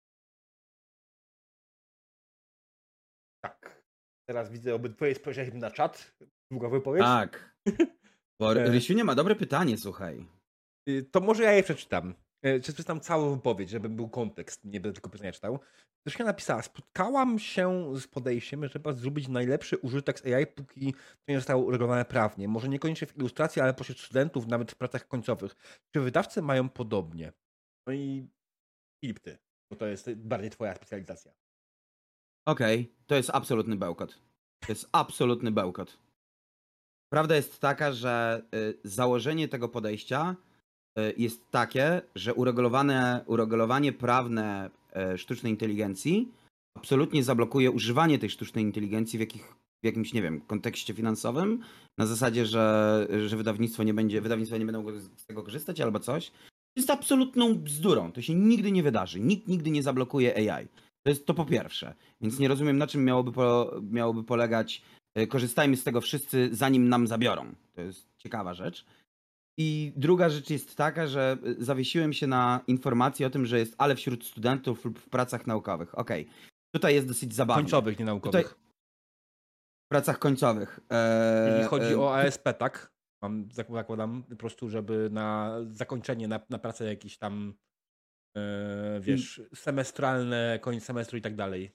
Tak. Teraz widzę obydwoje spojrzeliśmy na czat. Długa wypowiedź. Tak. Bo E. Rysiunia ma dobre pytanie, słuchaj. Y, To może ja je przeczytam. E, Czy przeczytam całą wypowiedź, żeby był kontekst, nie będę tylko pytania czytał. Zresztą napisała, spotkałam się z podejściem, że trzeba zrobić najlepszy użytek z A I, póki to nie zostało uregulowane prawnie. Może niekoniecznie w ilustracji, ale pośród studentów, nawet w pracach końcowych. Czy wydawcy mają podobnie? No i Filip, ty, bo to jest bardziej twoja specjalizacja. Okej, to jest absolutny bełkot. To jest absolutny bełkot. Prawda jest taka, że y, założenie tego podejścia y, jest takie, że uregulowane, uregulowanie prawne y, sztucznej inteligencji absolutnie zablokuje używanie tej sztucznej inteligencji w, jakich, w jakimś, nie wiem, kontekście finansowym, na zasadzie, że, że wydawnictwo nie będzie, wydawnictwa nie będą mogły z tego korzystać albo coś. To jest absolutną bzdurą. To się nigdy nie wydarzy. Nikt nigdy nie zablokuje A I. To jest to po pierwsze. Więc nie rozumiem, na czym miałoby, po, miałoby polegać. y, Korzystajmy z tego wszyscy, zanim nam zabiorą. To jest ciekawa rzecz. I druga rzecz jest taka, że y, zawiesiłem się na informacji o tym, że jest ale wśród studentów lub w pracach naukowych. Okej, tutaj jest dosyć zabawnie. Końcowych, nie naukowych. Tutaj w pracach końcowych. Eee, Jeżeli chodzi em, o A S P, tak? Mam, zak- zakładam po prostu, żeby na zakończenie, na, na pracę jakiś tam, e, wiesz, semestralne, koniec semestru i tak dalej.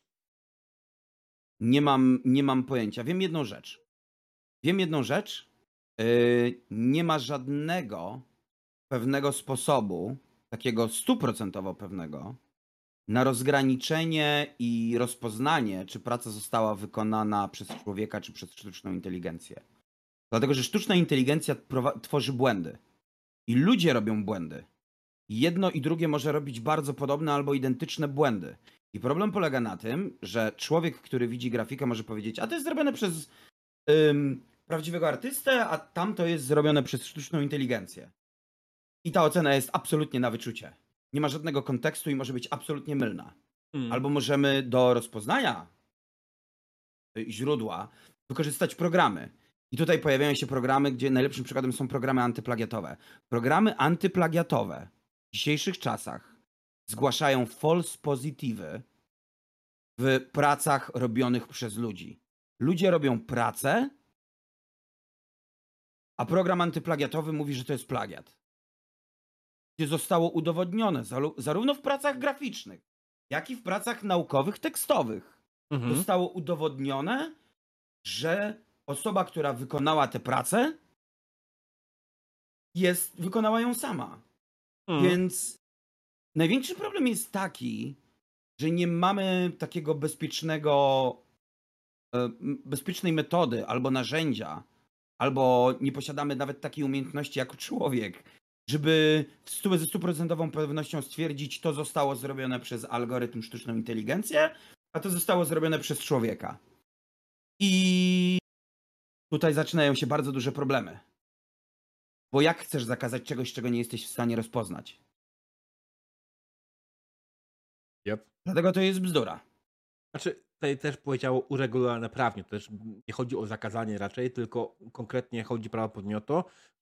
Nie mam, nie mam pojęcia. Wiem jedną rzecz. Wiem jedną rzecz. Yy, nie ma żadnego pewnego sposobu, takiego stuprocentowo pewnego, na rozgraniczenie i rozpoznanie, czy praca została wykonana przez człowieka, czy przez sztuczną inteligencję. Dlatego, że sztuczna inteligencja prowa- tworzy błędy. I ludzie robią błędy. Jedno i drugie może robić bardzo podobne albo identyczne błędy. I problem polega na tym, że człowiek, który widzi grafikę, może powiedzieć, a to jest zrobione przez ym, prawdziwego artystę, a tamto jest zrobione przez sztuczną inteligencję. I ta ocena jest absolutnie na wyczucie. Nie ma żadnego kontekstu i może być absolutnie mylna. Mm. Albo możemy do rozpoznania y, źródła wykorzystać programy. I tutaj pojawiają się programy, gdzie najlepszym przykładem są programy antyplagiatowe. Programy antyplagiatowe w dzisiejszych czasach zgłaszają false positive w pracach robionych przez ludzi. Ludzie robią pracę, a program antyplagiatowy mówi, że to jest plagiat. Gdzie zostało udowodnione zalu- zarówno w pracach graficznych, jak i w pracach naukowych, tekstowych. Mhm. Zostało udowodnione, że osoba, która wykonała tę pracę, jest, wykonała ją sama. Mhm. Więc największy problem jest taki, że nie mamy takiego bezpiecznego, e, m, bezpiecznej metody albo narzędzia, albo nie posiadamy nawet takiej umiejętności jako człowiek, żeby w stu, ze stuprocentową pewnością stwierdzić, to zostało zrobione przez algorytm, sztuczną inteligencję, a to zostało zrobione przez człowieka. I tutaj zaczynają się bardzo duże problemy. Bo jak chcesz zakazać czegoś, czego nie jesteś w stanie rozpoznać? Yep. Dlatego to jest bzdura. Znaczy, tutaj też powiedziało uregulowane prawnie. To też nie chodzi o zakazanie raczej, tylko konkretnie chodzi prawo o to,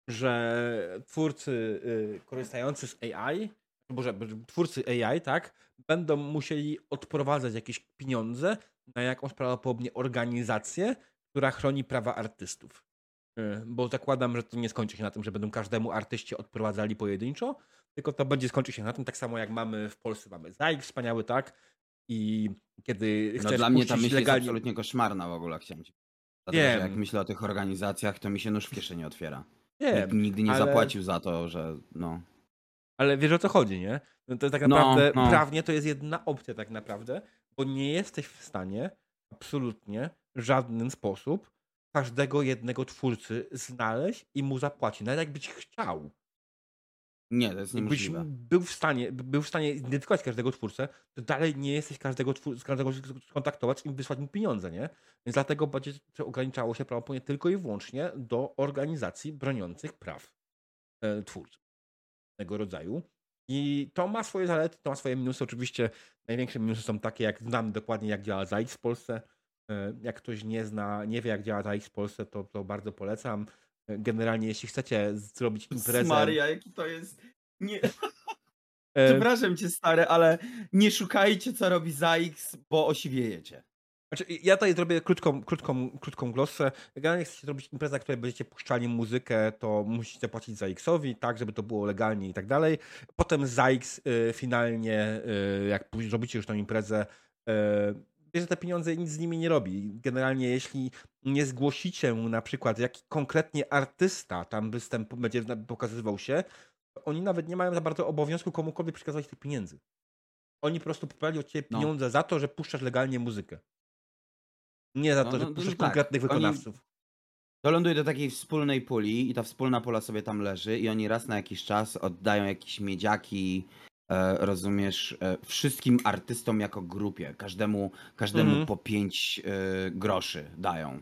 że twórcy y, korzystający z A I, boże, twórcy A I, tak, będą musieli odprowadzać jakieś pieniądze na jakąś prawdopodobnie organizację, która chroni prawa artystów. Y, Bo zakładam, że to nie skończy się na tym, że będą każdemu artyście odprowadzali pojedynczo, tylko to będzie skończyć się na tym, tak samo jak mamy w Polsce, mamy ZAIK wspaniały, tak? I kiedy No chcesz dla mnie ta puścić myśl jest legalnie... absolutnie koszmarna w ogóle, chciałem ci Dlatego, że jak Wiem, myślę o tych organizacjach, to mi się nóż w kieszeni otwiera. Nikt wiem, nigdy nie ale, zapłacił za to, że no. ale wiesz o co chodzi, nie? No to tak No, naprawdę no. prawnie to jest jedna opcja tak naprawdę, bo nie jesteś w stanie absolutnie w żaden sposób każdego jednego twórcy znaleźć i mu zapłacić, nawet jakbyś chciał. Nie, to jest Jakbyś niemożliwe. był w stanie, był w stanie identyfikować każdego twórcę, to dalej nie jesteś każdego twórcę, każdego skontaktować i wysłać mu pieniądze, nie? Więc dlatego będzie to ograniczało się prawdopodobnie tylko i wyłącznie do organizacji broniących praw e, twórców tego rodzaju. I to ma swoje zalety, to ma swoje minusy. Oczywiście największe minusy są takie, jak znam dokładnie, jak działa ZAIX w Polsce. E, Jak ktoś nie zna, nie wie, jak działa ZAIX w Polsce, to, to bardzo polecam. E, Generalnie, jeśli chcecie zrobić imprezę... Maria, jaki to jest. Nie. e, Przepraszam cię, stary, ale nie szukajcie, co robi ZAIX, bo osiwiejecie. Znaczy, ja tutaj zrobię krótką, krótką, krótką glossę. Generalnie chcecie zrobić imprezę, w której będziecie puszczali muzykę, to musicie płacić ZAIX-owi, tak, żeby to było legalnie i tak dalej. Potem ZAIX y, finalnie, y, jak później zrobicie już tą imprezę, y, bierze te pieniądze i nic z nimi nie robi. Generalnie, jeśli nie zgłosicie mu na przykład, jaki konkretnie artysta tam występ będzie pokazywał się, to oni nawet nie mają za bardzo obowiązku komukolwiek przekazywać tych pieniędzy. Oni po prostu pobrali od ciebie No. pieniądze za to, że puszczasz legalnie muzykę. Nie za No, to, że no, no puszczasz tak. konkretnych Oni wykonawców. to ląduje do takiej wspólnej puli i ta wspólna pula sobie tam leży i oni raz na jakiś czas oddają jakieś miedziaki, e, rozumiesz, e, wszystkim artystom jako grupie. Każdemu, każdemu Mhm. po pięć e, groszy dają.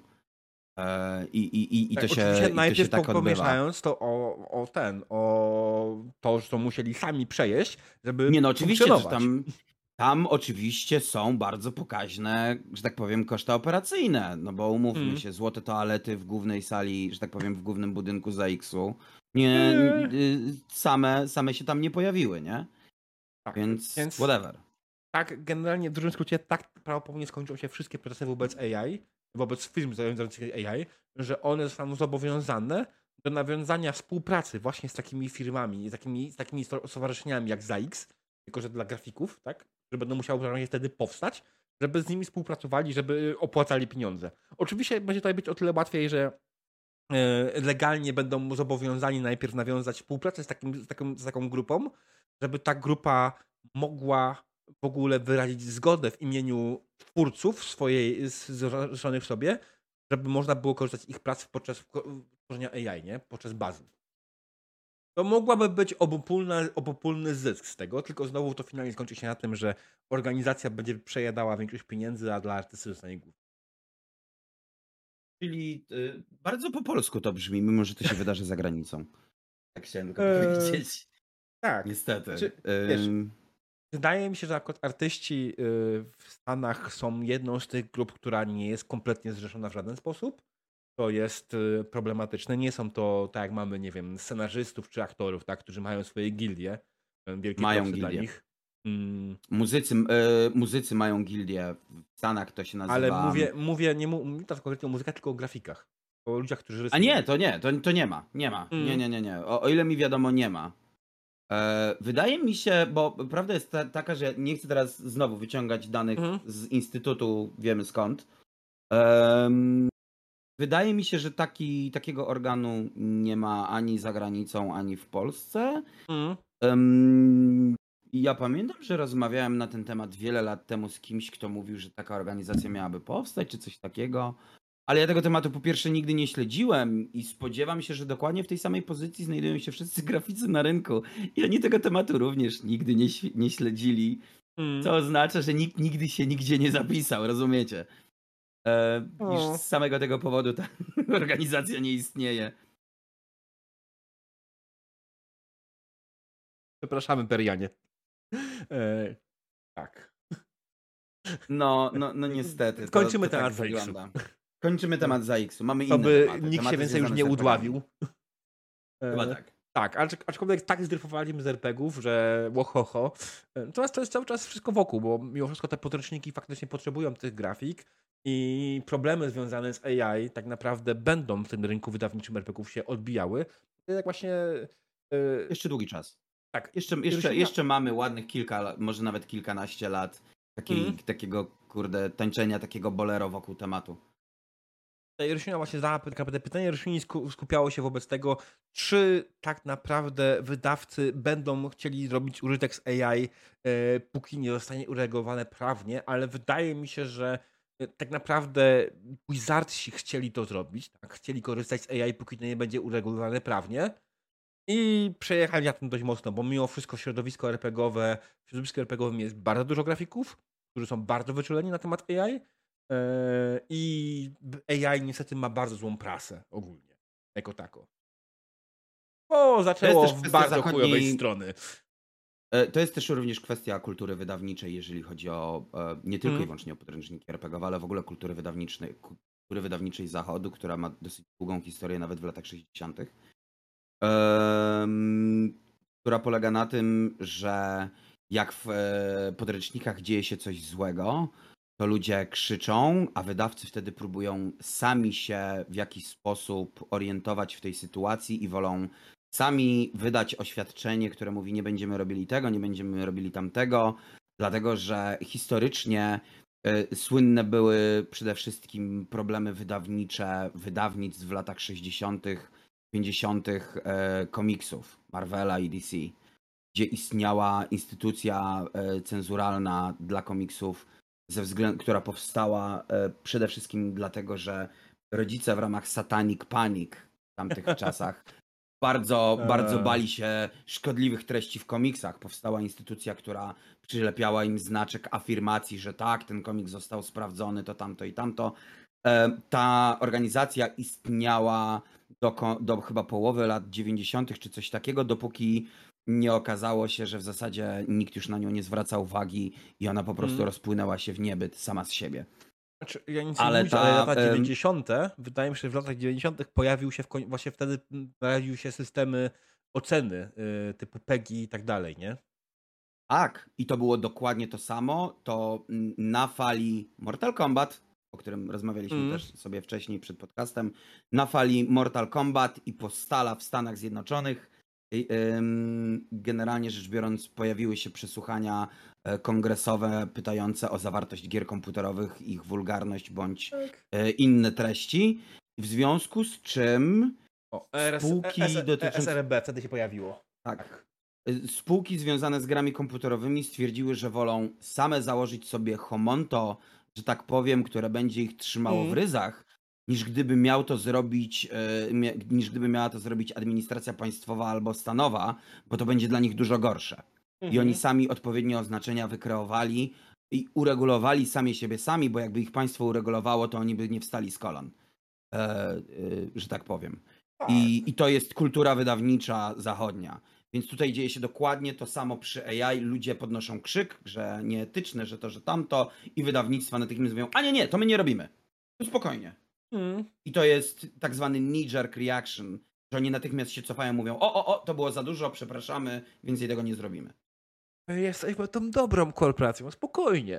E, I, i, i, i, Tak, to się, oczywiście I to się najpierw tak po- odbywa. pomieszając to o, o ten, o to, że to musieli sami przejeść, żeby Nie no, oczywiście, że funkcjonować. tam, tam oczywiście są bardzo pokaźne, że tak powiem, koszty operacyjne, no bo umówmy Mm. się, złote toalety w głównej sali, że tak powiem, w głównym budynku ZAIX-u, nie, Eee. y, same, same się tam nie pojawiły, nie? Tak, Więc, więc whatever. tak, generalnie w dużym skrócie tak prawdopodobnie skończą się wszystkie procesy wobec A I, wobec firm zarządzających A I, że one zostaną zobowiązane do nawiązania współpracy właśnie z takimi firmami, z takimi, z takimi sto- stowarzyszeniami jak ZAIX, tylko że dla grafików, tak? Że będą musiały wtedy powstać, żeby z nimi współpracowali, żeby opłacali pieniądze. Oczywiście będzie tutaj być o tyle łatwiej, że e, legalnie będą zobowiązani najpierw nawiązać współpracę z, takim, z, taką, z taką grupą, żeby ta grupa mogła w ogóle wyrazić zgodę w imieniu twórców swojej, zrzeszonych w sobie, żeby można było korzystać z ich prac podczas tworzenia A I, nie? Podczas bazy. To mogłaby być obopólna, obopólny zysk z tego, tylko znowu to finalnie skończy się na tym, że organizacja będzie przejadała większość pieniędzy, a dla artysty zostanie głównie. Czyli y, bardzo po polsku to brzmi, mimo że to się wydarzy za granicą. Tak chciałem tylko Eee, powiedzieć. Tak. Niestety. Znaczy, wiesz, Ym, wydaje mi się, że akurat artyści y, w Stanach są jedną z tych grup, która nie jest kompletnie zrzeszona w żaden sposób. To jest y, problematyczne. Nie są to, tak jak mamy, nie wiem, scenarzystów czy aktorów, tak, którzy mają swoje gildie. Y, Wielkie Mają propsy dla gildie. nich. Mm, Muzycy, y, muzycy mają gildię. W Stanach to się nazywa. ale mówię, mówię nie mówię tak konkretnie o muzykach, tylko o grafikach. O ludziach, którzy A rysują. nie, to nie, to, to nie ma. Nie ma. Nie, Mm. nie, nie, nie. O, o ile mi wiadomo, nie ma. E, wydaje mi się, bo prawda jest ta, taka, że nie chcę teraz znowu wyciągać danych Mhm. z instytutu, wiemy skąd. Em, wydaje mi się, że taki, takiego organu nie ma ani za granicą, ani w Polsce. Mm. Em, ja pamiętam, że rozmawiałem na ten temat wiele lat temu z kimś, kto mówił, że taka organizacja miałaby powstać, czy coś takiego. Ale ja tego tematu po pierwsze nigdy nie śledziłem i spodziewam się, że dokładnie w tej samej pozycji znajdują się wszyscy graficy na rynku. I oni tego tematu również nigdy nie, świ- nie śledzili. Mm. Co oznacza, że nikt nigdy się nigdzie nie zapisał, rozumiecie? E, iż O. z samego tego powodu ta organizacja nie istnieje. Przepraszamy, Perianie. E, tak. No, no, no niestety. To, Skończymy to tak temat za X-u. wygląda. Kończymy temat za X-u. Mamy To inne by tematy. nikt się tematy więcej już związane nie z er pe gami. udławił. Chyba E, tak. tak, acz- aczkolwiek tak zdryfowaliśmy z er pe gie ów, że łohoho. E, Natomiast to jest cały czas wszystko wokół, bo mimo wszystko te podręczniki faktycznie potrzebują tych grafik i problemy związane z A I tak naprawdę będą w tym rynku wydawniczym er pe gie ów się odbijały. Tak jak właśnie e, Jeszcze długi czas. tak, Jeszcze, jeszcze, Rysienia- jeszcze mamy ładnych kilka, lat, może nawet kilkanaście lat takiej, Mm. takiego, kurde, tańczenia, takiego bolero wokół tematu. Rysienia właśnie zadała pytanie, pytanie Rysieni sku- skupiało się wobec tego, czy tak naprawdę wydawcy będą chcieli zrobić użytek z A I, e, póki nie zostanie uregulowane prawnie, ale wydaje mi się, że e, tak naprawdę Wizardsi chcieli to zrobić, tak? Chcieli korzystać z A I, póki to nie będzie uregulowane prawnie i przejechali na tym dość mocno, bo mimo wszystko środowisko er pe gie owe, w środowisku er pe gie owym jest bardzo dużo grafików, którzy są bardzo wyczuleni na temat A I. Yy, I A I niestety ma bardzo złą prasę ogólnie, jako tako. Bo zaczęło też w kwestia bardzo zachodniej- chujowej strony. E, To jest też również kwestia kultury wydawniczej, jeżeli chodzi o e, nie tylko Mm. i wyłącznie o podręczniki er pe gie owe, ale w ogóle kultury wydawniczej, kultury wydawniczej Zachodu, która ma dosyć długą historię, nawet w latach sześćdziesiątych. Em, która polega na tym, że jak w e, podręcznikach dzieje się coś złego, to ludzie krzyczą, a wydawcy wtedy próbują sami się w jakiś sposób orientować w tej sytuacji i wolą sami wydać oświadczenie, które mówi: nie będziemy robili tego, nie będziemy robili tamtego, dlatego że historycznie e, słynne były przede wszystkim problemy wydawnicze wydawnictw w latach sześćdziesiątych, pięćdziesiątych e, komiksów Marvela i D C, gdzie istniała instytucja e, cenzuralna dla komiksów, ze względu, która powstała e, przede wszystkim dlatego, że rodzice w ramach Satanic Panic w tamtych czasach bardzo, bardzo Eee. bali się szkodliwych treści w komiksach. Powstała instytucja, która przylepiała im znaczek afirmacji, że tak, ten komiks został sprawdzony, to tamto i tamto. E, Ta organizacja istniała do, ko- do chyba połowy lat dziewięćdziesiątych czy coś takiego, dopóki nie okazało się, że w zasadzie nikt już na nią nie zwraca uwagi i ona po prostu Mm. rozpłynęła się w niebyt sama z siebie. Znaczy, ja nic Ale nie mówię, ta, ale lata em, dziewięćdziesiąte, wydaje mi się, że w latach dziewięćdziesiątych pojawił się w koń... właśnie wtedy pojawiły się systemy oceny y, typu P E G I i tak dalej, nie? Tak, i to było dokładnie to samo. To mm, na fali Mortal Kombat, o którym rozmawialiśmy Mm. też sobie wcześniej przed podcastem, na fali Mortal Kombat i Postala w Stanach Zjednoczonych, i, ym, generalnie rzecz biorąc, pojawiły się przesłuchania e, kongresowe pytające o zawartość gier komputerowych, ich wulgarność bądź Tak. e, inne treści, w związku z czym O, R S, spółki S, dotyczące- S R B wtedy się pojawiło. tak. Y, Spółki związane z grami komputerowymi stwierdziły, że wolą same założyć sobie homonto, że tak powiem, które będzie ich trzymało Mm. w ryzach, niż gdyby miał to zrobić, y, mia- niż gdyby miała to zrobić administracja państwowa albo stanowa, bo to będzie dla nich dużo gorsze. I Mhm. oni sami odpowiednie oznaczenia wykreowali i uregulowali sami siebie sami, bo jakby ich państwo uregulowało, to oni by nie wstali z kolan. E, y, że tak powiem. I, I to jest kultura wydawnicza zachodnia. Więc tutaj dzieje się dokładnie to samo przy A I. Ludzie podnoszą krzyk, że nieetyczne, że to, że tamto, i wydawnictwa natychmiast mówią: a nie, nie, to my nie robimy. To spokojnie. Mm. I to jest tak zwany knee-jerk reaction, że oni natychmiast się cofają, mówią: o, o, o, to było za dużo, przepraszamy, więcej tego nie zrobimy. Jesteśmy tą dobrą korporacją, spokojnie.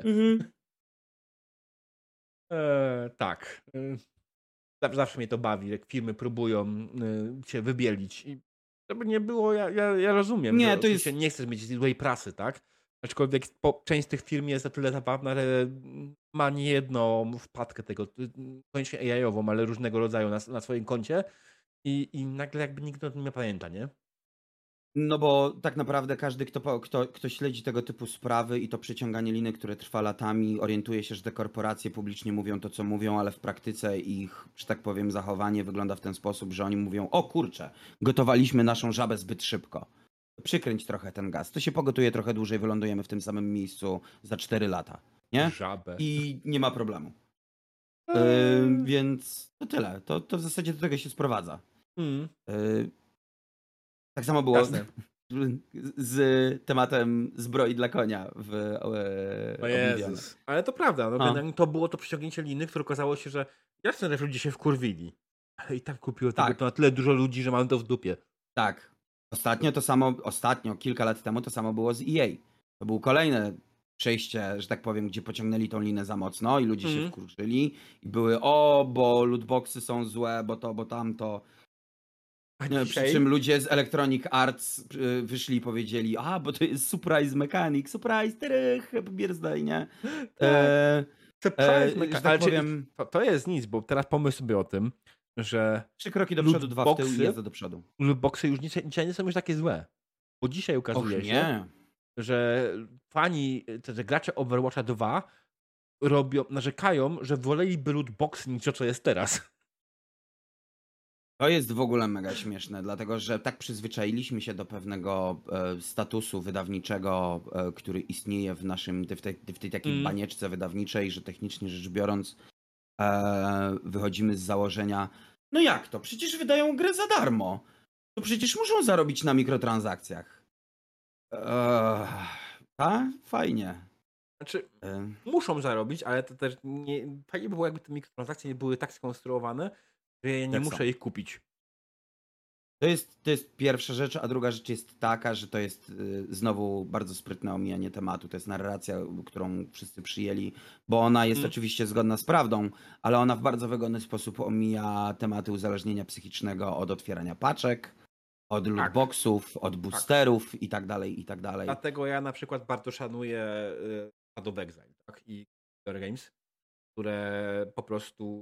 E, tak. E, zaw- zawsze mnie to bawi, jak firmy próbują e, się wybielić. I żeby nie było, ja, ja, ja rozumiem, Nie, że to oczywiście jest- nie chcesz mieć złej prasy, tak? Aczkolwiek po, część z tych firm jest na tyle zabawna, że ma niejedną wpadkę tego, y, koniecznie A I-ową, ale różnego rodzaju na, na swoim koncie i, i nagle jakby nikt o tym nie pamięta, nie? No bo tak naprawdę każdy, kto, po- kto, kto śledzi tego typu sprawy i to przeciąganie liny, które trwa latami, orientuje się, że te korporacje publicznie mówią to, co mówią, ale w praktyce ich, że tak powiem, zachowanie wygląda w ten sposób, że oni mówią: o kurczę, gotowaliśmy naszą żabę zbyt szybko. Przykręć trochę ten gaz. To się pogotuje trochę dłużej, wylądujemy w tym samym miejscu za cztery lata. Nie? Żabę. I nie ma problemu. Eee. Yy, więc to tyle. To, to w zasadzie do tego się sprowadza. Mm, Yy, tak samo było. jasne. z tematem zbroi dla konia w e, O Oblivionie. Jezus. Ale to prawda, no No. generalnie to było to przeciągnięcie liny, które okazało się, że jasne, że ludzie się wkurwili, ale i tak kupiło tego Tak. to na tyle dużo ludzi, że mamy to w dupie. Tak. Ostatnio to samo, ostatnio, kilka lat temu to samo było z E A. To było kolejne przejście, że tak powiem, gdzie pociągnęli tą linę za mocno i ludzie się Mhm. wkurzyli i były o, bo lootboxy są złe, bo to, bo tamto. A E, Przy dzisiaj czym ludzie z Electronic Arts y, wyszli i powiedzieli, a, bo to jest surprise mechanic, surprise, tyrych, happy birthday, nie? tak, E, surprise e, mecha- że tak ale czy, powiem, to, to jest nic, bo teraz pomyśl sobie o tym, że trzy kroki do przodu, dwa w tył i lootboxy, jazda do przodu. lootboxy już nie, dzisiaj nie są już takie złe. Bo dzisiaj Och okazuje się, nie. że fani, te, te gracze Overwatcha dwa robią, narzekają, że woleliby lootboxy niż to, co jest teraz. To jest w ogóle mega śmieszne, dlatego że tak przyzwyczailiśmy się do pewnego e, statusu wydawniczego, e, który istnieje w naszym, w tej, w tej takiej Mm. banieczce wydawniczej, że technicznie rzecz biorąc e, wychodzimy z założenia, no jak to? Przecież wydają grę za darmo. To przecież muszą zarobić na mikrotransakcjach. Eee, a? Fajnie. Znaczy, E, muszą zarobić, ale to też nie, fajnie by było, jakby te mikrotransakcje nie były tak skonstruowane, że ja nie Jak muszę są. ich kupić. To jest, to jest pierwsza rzecz, a druga rzecz jest taka, że to jest y, znowu bardzo sprytne omijanie tematu. To jest narracja, którą wszyscy przyjęli, bo ona jest Mm. oczywiście zgodna z prawdą, ale ona w bardzo wygodny sposób omija tematy uzależnienia psychicznego od otwierania paczek, od lootboxów, od boosterów i tak dalej, i tak dalej. Dlatego ja na przykład bardzo szanuję y, Path of Exile, tak? I Other Games, które po prostu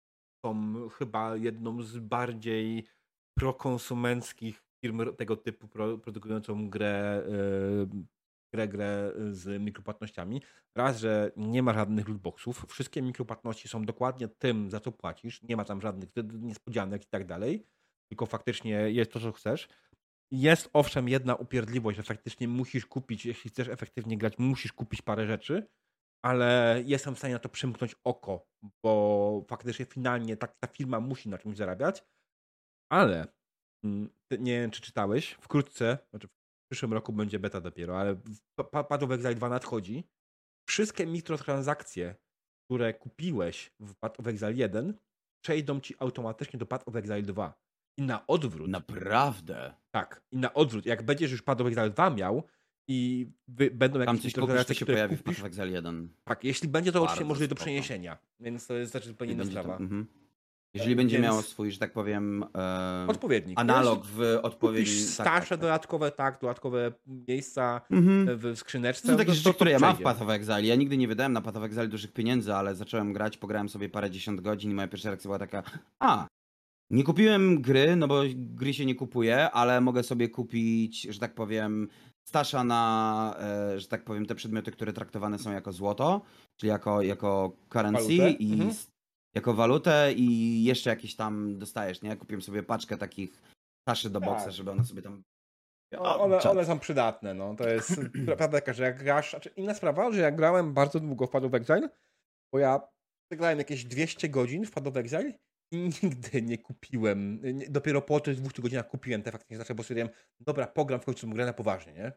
są chyba jedną z bardziej prokonsumenckich firm tego typu pro, produkującą grę, y, grę, grę z mikropłatnościami. Raz, że nie ma żadnych lootboxów, wszystkie mikropłatności są dokładnie tym, za co płacisz, nie ma tam żadnych niespodzianek i tak dalej, tylko faktycznie jest to, co chcesz. Jest owszem jedna upierdliwość, że faktycznie musisz kupić, jeśli chcesz efektywnie grać, musisz kupić parę rzeczy, ale jestem w stanie na to przymknąć oko, bo faktycznie finalnie ta, ta firma musi na czymś zarabiać, ale mm, ty, nie wiem, czy czytałeś, wkrótce, znaczy w przyszłym roku będzie beta dopiero, ale Path of Exile dwa nadchodzi. Wszystkie mikrotransakcje, które kupiłeś w Path of Exile jeden, przejdą ci automatycznie do Path of Exile dwa. I na odwrót. Naprawdę? Tak. I na odwrót. Jak będziesz już Path of Exile dwa miał i wy, będą Tam jakieś coś kupisz, to mikrotransakcje, się które pojawi w kupisz, Path of Exile jeden. tak, jeśli będzie to oczywiście Bardzo możliwe do spoko. przeniesienia, więc to jest znaczy zupełnie Jeżeli inna będzie, to, sprawa. mhm. Jeżeli będzie Więc- miało swój, że tak powiem, e, Odpowiednik. analog w Kupisz odpowiednim... starsze dodatkowe, tak, dodatkowe miejsca Mhm. w skrzyneczce. To są takie no rzeczy, to które ja mam w przejdzie. Path of Exile. Ja nigdy nie wydałem na Path of Exile dużych pieniędzy, ale zacząłem grać, pograłem sobie parę dziesiąt godzin i moja pierwsza reakcja była taka, a, nie kupiłem gry, no bo gry się nie kupuje, ale mogę sobie kupić, że tak powiem, stasza na, e, że tak powiem, te przedmioty, które traktowane są jako złoto, czyli jako, jako currency Walutę? i Mhm. s- jako walutę i jeszcze jakieś tam dostajesz, nie? Kupiłem sobie paczkę takich staszy do boxa, Tak. żeby one sobie tam... O, one, czad. one są przydatne, no. To jest prawda taka, że jak grasz... Znaczy inna sprawa, że ja grałem bardzo długo w Path of Exile, bo ja grałem jakieś dwieście godzin w Path of Exile i nigdy nie kupiłem. Nie, dopiero po tych dwóch godzinach kupiłem te faktycznie znaczy, bo stwierdziłem, dobra, pogram w końcu grę na poważnie, nie?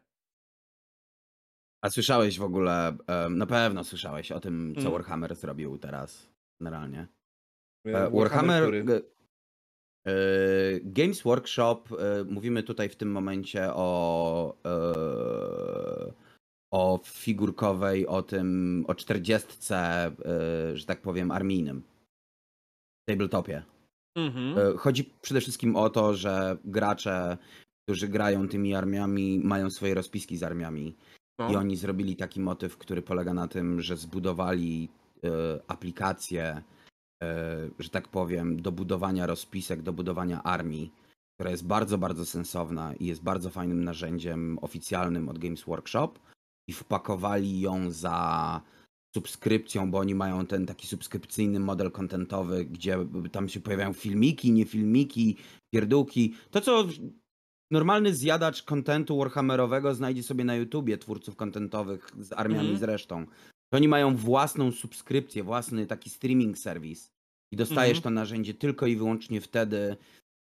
A słyszałeś w ogóle, em, na pewno słyszałeś o tym, co Mm. Warhammer zrobił teraz, generalnie. E, Warhammer, Warhammer, który... g- e, Games Workshop, e, mówimy tutaj w tym momencie o, e, o figurkowej, o tym, o czterdziestce, e, że tak powiem, armijnym. Tabletopie. Mhm. E, Chodzi przede wszystkim o to, że gracze, którzy grają tymi armiami, mają swoje rozpiski z armiami. No. I oni zrobili taki motyw, który polega na tym, że zbudowali e, aplikację, e, że tak powiem, do budowania rozpisek, do budowania armii, która jest bardzo, bardzo sensowna i jest bardzo fajnym narzędziem oficjalnym od Games Workshop i wpakowali ją za subskrypcją, bo oni mają ten taki subskrypcyjny model kontentowy, gdzie tam się pojawiają filmiki, nie filmiki, pierdółki. To, co normalny zjadacz kontentu warhammerowego znajdzie sobie na YouTubie twórców kontentowych z armiami Mhm. zresztą. To oni mają własną subskrypcję, własny taki streaming serwis i dostajesz Mhm. to narzędzie tylko i wyłącznie wtedy,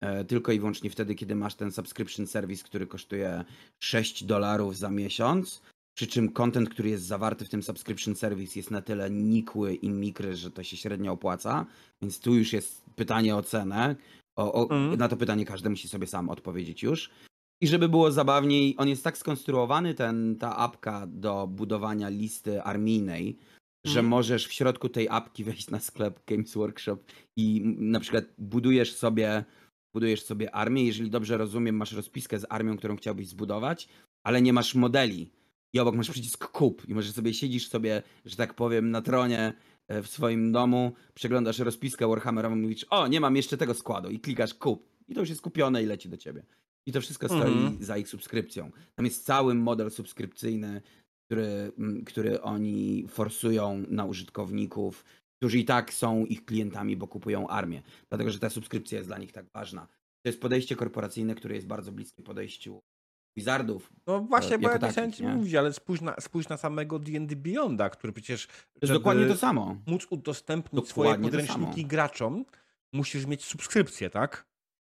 e, tylko i wyłącznie wtedy, kiedy masz ten subscription service, który kosztuje sześć dolarów za miesiąc, przy czym content, który jest zawarty w tym subscription service jest na tyle nikły i mikry, że to się średnio opłaca, więc tu już jest pytanie o cenę. O, o, Mhm. na to pytanie każdy musi sobie sam odpowiedzieć już. I żeby było zabawniej, on jest tak skonstruowany, ten, ta apka do budowania listy armijnej, że Mhm. możesz w środku tej apki wejść na sklep Games Workshop i m, na przykład budujesz sobie, budujesz sobie armię. Jeżeli dobrze rozumiem, masz rozpiskę z armią, którą chciałbyś zbudować, ale nie masz modeli. I obok masz przycisk kup i możesz sobie siedzisz sobie, że tak powiem, na tronie e, w swoim domu, przeglądasz rozpiskę Warhammerową i mówisz, o, nie mam jeszcze tego składu i klikasz kup. I to już jest kupione i leci do ciebie. I to wszystko stoi Mhm. za ich subskrypcją. Tam jest cały model subskrypcyjny, który, mm, który oni forsują na użytkowników, którzy i tak są ich klientami, bo kupują armię. Dlatego, że ta subskrypcja jest dla nich tak ważna. To jest podejście korporacyjne, które jest bardzo bliskie podejściu Wizardów No e, właśnie, bo ja jako nie chciałem takich, ci nie? mówić, ale spójrz na, spójrz na samego D and D Beyonda, który przecież, To jest dokładnie to żeby samo. móc udostępnić swoje Dokładnie to podręczniki samo. graczom, musisz mieć subskrypcję, tak?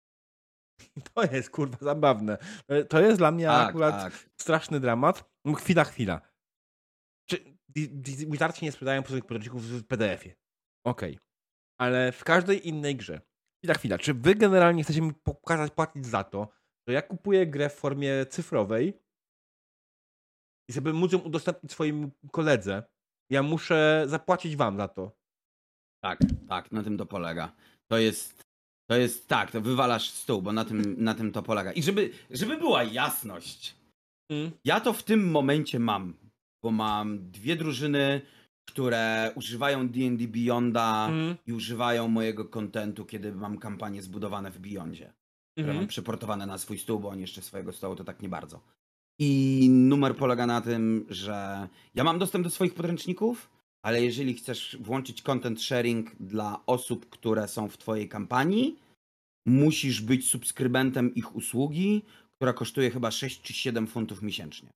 I to jest kurwa zabawne. E, To jest dla mnie Tak, akurat tak. straszny dramat. No, Chwila, chwila. Czy di- di- Wizardsi nie sprzedają swoich podręczników w P D F-ie? Okej. Ale w każdej innej grze. Chwila, chwila. Czy wy generalnie chcecie mi pokazać, płacić za to, że ja kupuję grę w formie cyfrowej i żeby móc ją udostępnić swoim koledze, ja muszę zapłacić wam za to. Tak, tak, na tym to polega. To jest, to jest tak, to wywalasz stół, bo na tym, na tym to polega. I żeby, żeby była jasność, Mm. ja to w tym momencie mam, bo mam dwie drużyny, które używają D and D Beyonda Mm. i używają mojego kontentu, kiedy mam kampanie zbudowane w Beyondzie, które Mhm. mam przeportowane na swój stół, bo oni jeszcze swojego stołu to tak nie bardzo. I numer polega na tym, że ja mam dostęp do swoich podręczników, ale jeżeli chcesz włączyć content sharing dla osób, które są w twojej kampanii, musisz być subskrybentem ich usługi, która kosztuje chyba sześć czy siedem funtów miesięcznie.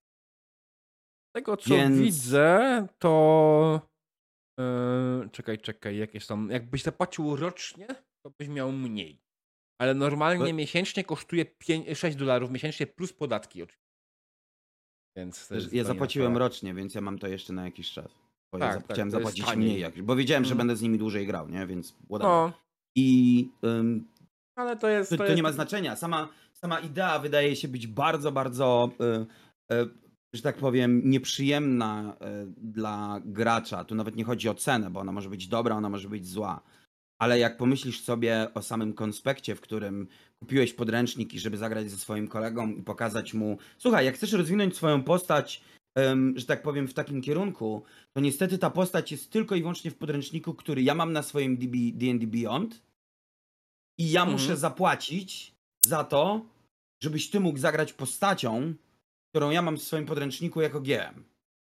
Z tego co Więc widzę, to. Yy, czekaj, czekaj, jakieś są. Jakbyś zapłacił rocznie, to byś miał mniej. Ale normalnie Bo- miesięcznie kosztuje pięć, sześć dolarów miesięcznie plus podatki oczywiście. Więc to jest ja zupełnie inna zapłaciłem sprawa. rocznie, więc ja mam to jeszcze na jakiś czas. Bo ja Tak, zap- tak, chciałem to jest zapłacić taniej. mniej, jak, bo wiedziałem, że Mhm. będę z nimi dłużej grał, nie? Więc whatever. No, I ym, ale to jest. To, To, to jest nie ma taki- znaczenia. Sama, sama idea wydaje się być bardzo, bardzo, y, y, że tak powiem, nieprzyjemna y, dla gracza. Tu nawet nie chodzi o cenę, bo ona może być dobra, ona może być zła. Ale jak pomyślisz sobie o samym konspekcie, w którym kupiłeś podręcznik i żeby zagrać ze swoim kolegą i pokazać mu, słuchaj, jak chcesz rozwinąć swoją postać, ym, że tak powiem, w takim kierunku, to niestety ta postać jest tylko i wyłącznie w podręczniku, który ja mam na swoim D and D Beyond. I ja muszę Mhm. zapłacić za to, żebyś ty mógł zagrać postacią, którą ja mam w swoim podręczniku jako G M.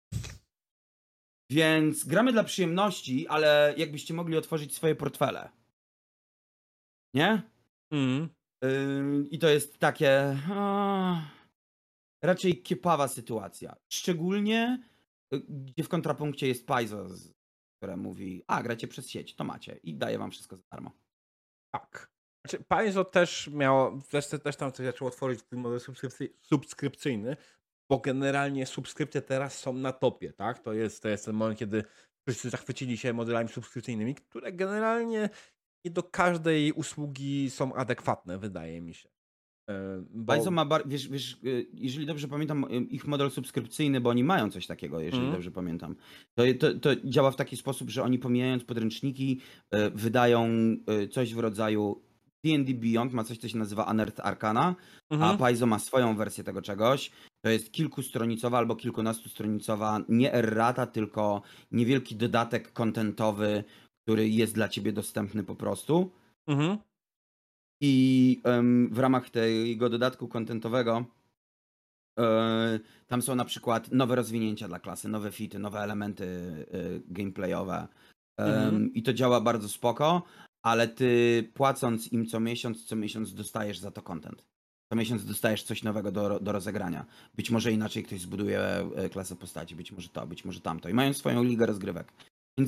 Więc gramy dla przyjemności, ale jakbyście mogli otworzyć swoje portfele. Nie? Mhm. Yy, I to jest takie a, raczej kiepawa sytuacja. Szczególnie y, gdzie w kontrapunkcie jest Paizo, z- które mówi, a gracie przez sieć, to macie i daje wam wszystko za darmo. Tak. Znaczy, Paizo też miało, też, też tam coś zaczęło tworzyć w tym model subskrypcy, subskrypcyjny, bo generalnie subskrypcje teraz są na topie, tak? To jest, to jest ten moment, kiedy wszyscy zachwycili się modelami subskrypcyjnymi, które generalnie nie do każdej usługi są adekwatne, wydaje mi się. E, Bo... Paizo ma, bar- wiesz, wiesz, y, jeżeli dobrze pamiętam, y, ich model subskrypcyjny, bo oni mają coś takiego, jeżeli Mhm. dobrze pamiętam, to, to, to działa w taki sposób, że oni pomijając podręczniki, y, wydają y, coś w rodzaju D and D Beyond, ma coś, co się nazywa Unearthed Arcana, a Mhm. Paizo ma swoją wersję tego czegoś. To jest kilkustronicowa albo kilkunastostronicowa, nie errata, tylko niewielki dodatek kontentowy, który jest dla ciebie dostępny po prostu. Mhm. I em, w ramach tego dodatku kontentowego e, tam są na przykład nowe rozwinięcia dla klasy, nowe fity, nowe elementy e, gameplayowe. Em, Mhm. I to działa bardzo spoko, ale ty płacąc im co miesiąc, co miesiąc dostajesz za to content. Co miesiąc dostajesz coś nowego do, do rozegrania. Być może inaczej ktoś zbuduje e, klasę postaci, być może to, być może tamto. I mają swoją ligę rozgrywek. Więc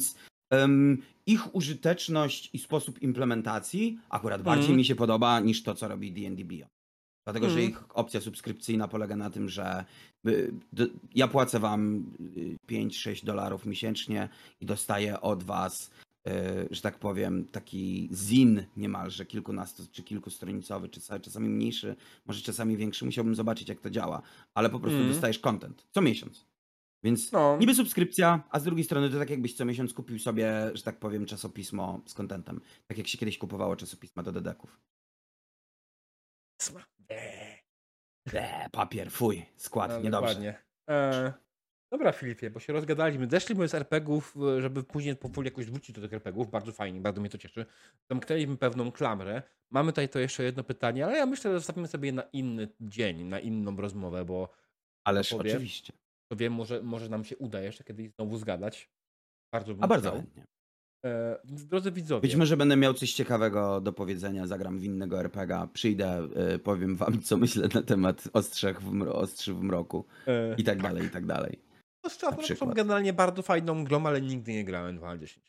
Em, ich użyteczność i sposób implementacji akurat bardziej Mhm. mi się podoba niż to, co robi D and D Beyond. Dlatego, że Mhm. ich opcja subskrypcyjna polega na tym, że y, d- ja płacę wam y, pięć sześć dolarów miesięcznie i dostaję od was, y, że tak powiem, taki zin niemalże kilkunastu czy kilkustronicowy, czy sa- czasami mniejszy, może czasami większy. Musiałbym zobaczyć, jak to działa, ale po prostu Mhm. dostajesz content co miesiąc. Więc No. niby subskrypcja, a z drugiej strony to tak jakbyś co miesiąc kupił sobie, że tak powiem, czasopismo z contentem. Tak jak się kiedyś kupowało czasopisma do dedeków. Sma. Eee. Eee, papier, fuj, skład, No, niedobrze. dokładnie. E, dobra, Filipie, bo się rozgadaliśmy. Zeszliśmy z er pe gie ów, e, żeby później powoli jakoś wrócić do tych er pe gie ów. Bardzo fajnie, bardzo mnie to cieszy. Zamknęliśmy pewną klamrę. Mamy tutaj to jeszcze jedno pytanie, ale ja myślę, że zostawimy sobie je na inny dzień, na inną rozmowę, bo kto Ależ powie, oczywiście. to wiem, może, może nam się uda jeszcze kiedyś znowu zgadać. Bardzo A bym bardzo chciał. chętnie. E, więc drodzy Być widzowie, może będę miał coś ciekawego do powiedzenia, zagram w innego er pe gie a, przyjdę, y, powiem wam, co myślę na temat ostrzech w mro, ostrzy w mroku e, i tak tak. dalej, i tak dalej. No, z Na czasem są przykład. generalnie bardzo fajną grą, ale nigdy nie grałem dwa na dziesięć.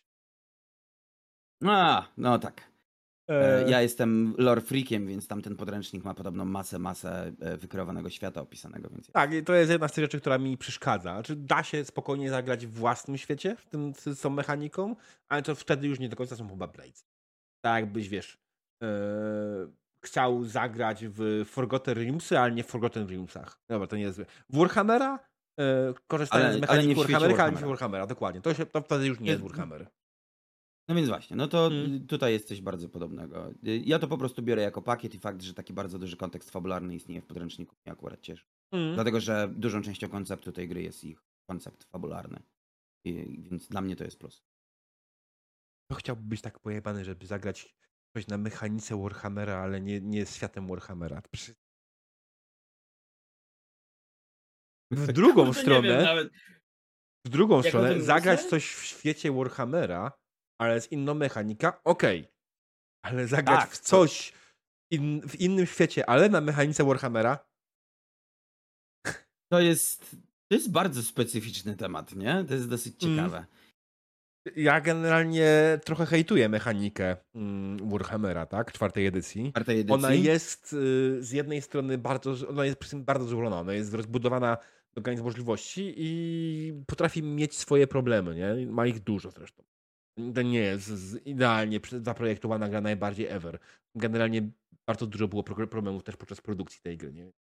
A, no tak. E, E, Ja jestem lore freakiem, więc tamten podręcznik ma podobną masę, masę e, wykreowanego świata opisanego, więc Tak, i to jest jedna z tych rzeczy, która mi przeszkadza. Czy da się spokojnie zagrać w własnym świecie, w tym z tą mechaniką, ale to wtedy już nie do końca są chyba Blades. Tak jakbyś, wiesz, e, chciał zagrać w Forgotten Realmsy, ale nie w Forgotten Realmsach. Dobra, to nie jest złe. W Warhammera, e, korzystając z ale, ale nie mechaniki w świecie Warhammera, ale nie w Warhammera. Warhammera, dokładnie. To, się, to wtedy już nie jest Y, Warhammer. No więc właśnie, no to Mm. y, tutaj jest coś bardzo podobnego. Y, Ja to po prostu biorę jako pakiet i fakt, że taki bardzo duży kontekst fabularny istnieje w podręczniku, mnie akurat cieszy. Mm. Dlatego, że dużą częścią konceptu tej gry jest ich koncept fabularny. I, więc dla mnie to jest plus. To chciałby być tak pojebany, żeby zagrać coś na mechanice Warhammera, ale nie, nie światem Warhammera. Przy- W drugą Kurde, nie stronę, wiem nawet. w drugą Jak o stronę, tym zagrać myślę? coś w świecie Warhammera, ale z inną mechanika, okej. Ale zagrać w Tak, to, coś in, w innym świecie, ale na mechanice Warhammera, to jest to jest bardzo specyficzny temat, nie? To jest dosyć mm, ciekawe. ja generalnie trochę hejtuję mechanikę mm, Warhammera, tak? Czwartej edycji. Czwartej Ona edycji. jest y, z jednej strony bardzo, ona jest przy tym bardzo złożona, ona jest rozbudowana do granic możliwości i potrafi mieć swoje problemy, nie? Ma ich dużo zresztą. To nie jest z- idealnie przy- zaprojektowana gra najbardziej ever. Generalnie bardzo dużo było pro- problemów też podczas produkcji tej gry, nie?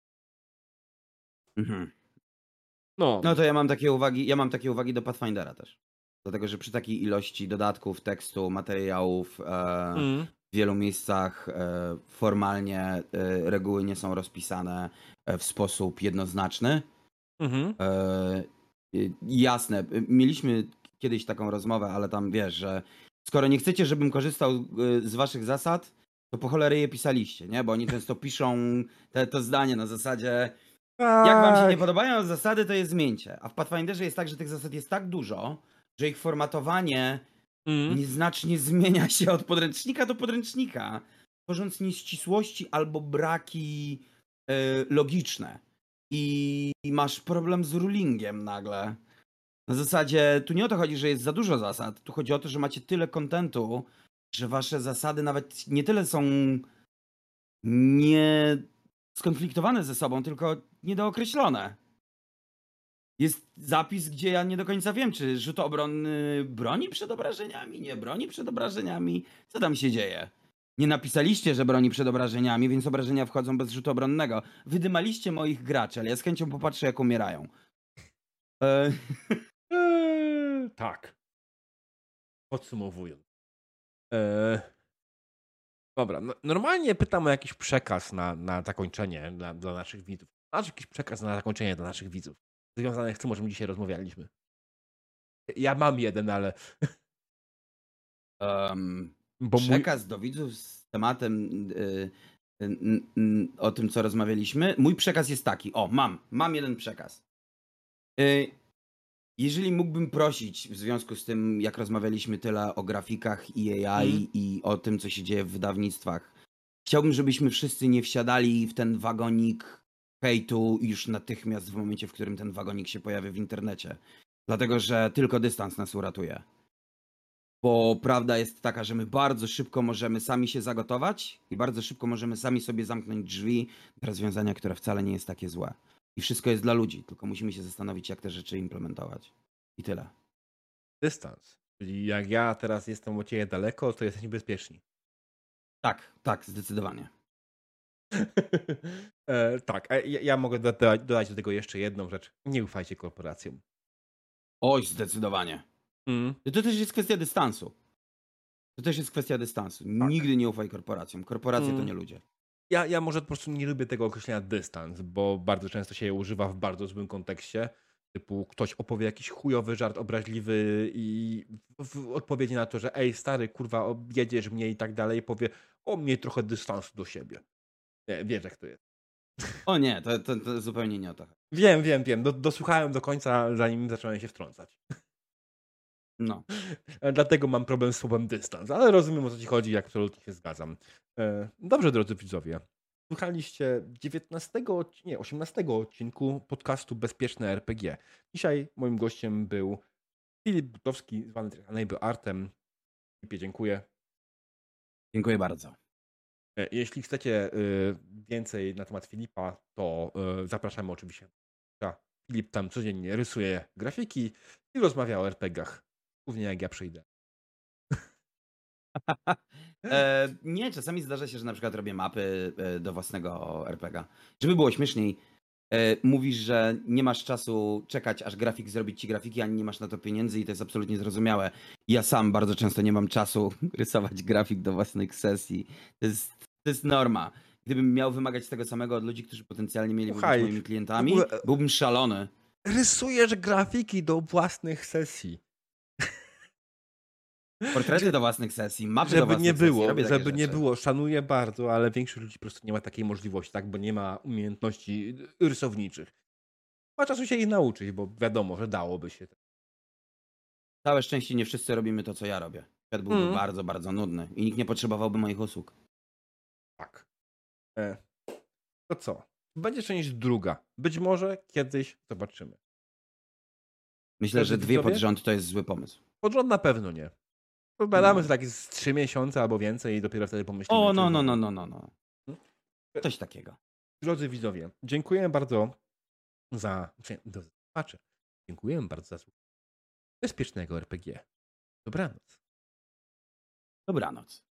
Mhm. No. No to ja mam takie uwagi, ja mam takie uwagi do Pathfindera też. Dlatego, że przy takiej ilości dodatków, tekstu, materiałów, e, Mm. w wielu miejscach e, formalnie e, reguły nie są rozpisane e, w sposób jednoznaczny. Mhm. E, y, jasne, y, mieliśmy kiedyś taką rozmowę, ale tam wiesz, że skoro nie chcecie, żebym korzystał y, z waszych zasad, to po cholerę je pisaliście, nie? Bo oni często piszą te, to zdanie na zasadzie jak wam się nie Tak. podobają zasady, to je zmieńcie. A w Pathfinderze jest tak, że tych zasad jest tak dużo, że ich formatowanie Mm. nieznacznie zmienia się od podręcznika do podręcznika, tworząc nieścisłości albo braki e, logiczne. I, I masz problem z rulingiem nagle. Na zasadzie, tu nie o to chodzi, że jest za dużo zasad, tu chodzi o to, że macie tyle kontentu, że wasze zasady nawet nie tyle są nie skonfliktowane ze sobą, tylko niedookreślone. Jest zapis, gdzie ja nie do końca wiem, czy rzut obronny broni przed obrażeniami, nie broni przed obrażeniami. Co tam się dzieje? Nie napisaliście, że broni przed obrażeniami, więc obrażenia wchodzą bez rzutu obronnego. Wydymaliście moich graczy, ale ja z chęcią popatrzę, jak umierają. E, Eee, tak. Podsumowując. Eee, dobra, no, normalnie pytam o jakiś przekaz na, na zakończenie dla, dla naszych widzów. Masz jakiś przekaz na zakończenie dla naszych widzów? Związany z tym, o czym dzisiaj rozmawialiśmy. Ja mam jeden, ale... em, Bo mój... przekaz do widzów z tematem y, y, y, y, o tym, co rozmawialiśmy. Mój przekaz jest taki. O, mam. Mam jeden przekaz. Y, Jeżeli mógłbym prosić, w związku z tym, jak rozmawialiśmy tyle o grafikach i A I Mm. i o tym, co się dzieje w wydawnictwach, chciałbym, żebyśmy wszyscy nie wsiadali w ten wagonik hejtu już natychmiast w momencie, w którym ten wagonik się pojawi w internecie. Dlatego, że tylko dystans nas uratuje. Bo prawda jest taka, że my bardzo szybko możemy sami się zagotować i bardzo szybko możemy sami sobie zamknąć drzwi do rozwiązania, które wcale nie jest takie złe. I wszystko jest dla ludzi, tylko musimy się zastanowić, jak te rzeczy implementować. I tyle. Dystans. Czyli jak ja teraz jestem od ciebie daleko, to jesteśmy bezpieczni. Tak, tak, zdecydowanie. e, tak, a ja, ja mogę dodać, dodać do tego jeszcze jedną rzecz. Nie ufajcie korporacjom. Oj, zdecydowanie. Mm, To też jest kwestia dystansu. To też jest kwestia dystansu. tak. Nigdy nie ufaj korporacjom. Korporacje to Mm. nie ludzie. Ja, ja może po prostu nie lubię tego określenia dystans, bo bardzo często się je używa w bardzo złym kontekście. Typu ktoś opowie jakiś chujowy żart obraźliwy i w, w odpowiedzi na to, że ej stary, kurwa, objedziesz mnie i tak dalej, powie o mnie trochę dystansu do siebie. Nie, wiesz jak to jest. O nie, to, to, to zupełnie nie o to. Wiem, wiem, wiem. Do, dosłuchałem do końca, zanim zacząłem się wtrącać. No. Dlatego mam problem z słowem dystans, ale rozumiem o co ci chodzi, jak absolutnie się zgadzam. E, Dobrze, drodzy widzowie. Słuchaliście dziewiętnastego, odci- nie, osiemnastego odcinku podcastu Bezpieczne R P G. Dzisiaj moim gościem był Filip Butowski, zwany też Unable Artem. Filipie, dziękuję. Dziękuję bardzo. E, Jeśli chcecie e, więcej na temat Filipa, to e, zapraszamy oczywiście. Filip tam codziennie rysuje grafiki i rozmawia o R P Gach. Głównie jak ja przyjdę. E, nie, czasami zdarza się, że na przykład robię mapy e, do własnego er pe ga. Żeby było śmieszniej, e, mówisz, że nie masz czasu czekać, aż grafik zrobić ci grafiki, ani nie masz na to pieniędzy i to jest absolutnie zrozumiałe. Ja sam bardzo często nie mam czasu rysować grafik do własnych sesji. To jest, to jest norma. Gdybym miał wymagać tego samego od ludzi, którzy potencjalnie mieliby Słuchaj, być moimi klientami, w ogóle- byłbym szalony. Rysujesz grafiki do własnych sesji. Portrety do własnych sesji, mapy do Żeby własnych nie sesji, było, robię takie żeby nie rzeczy. było, szanuję bardzo, ale większość ludzi po prostu nie ma takiej możliwości, tak? Bo nie ma umiejętności rysowniczych. Ma czasu się ich nauczyć, bo wiadomo, że dałoby się. Całe szczęście nie wszyscy robimy to, co ja robię. Świat byłby Mm. bardzo, bardzo nudny i nikt nie potrzebowałby moich usług. Tak. E, to co? Będzie część druga. Być może kiedyś zobaczymy. Myślę, Drodzy że dwie widzowie? pod rząd to jest zły pomysł. Pod rząd na pewno nie. Podbadamy No. to tak z trzy miesiące albo więcej i dopiero wtedy pomyślimy. O, czy no, w no, ogóle. no, no, no, no. Coś takiego. Drodzy widzowie, dziękuję bardzo za. Drodzy słuchacze, dziękuję bardzo za słuchanie bezpiecznego R P G. Dobranoc. Dobranoc.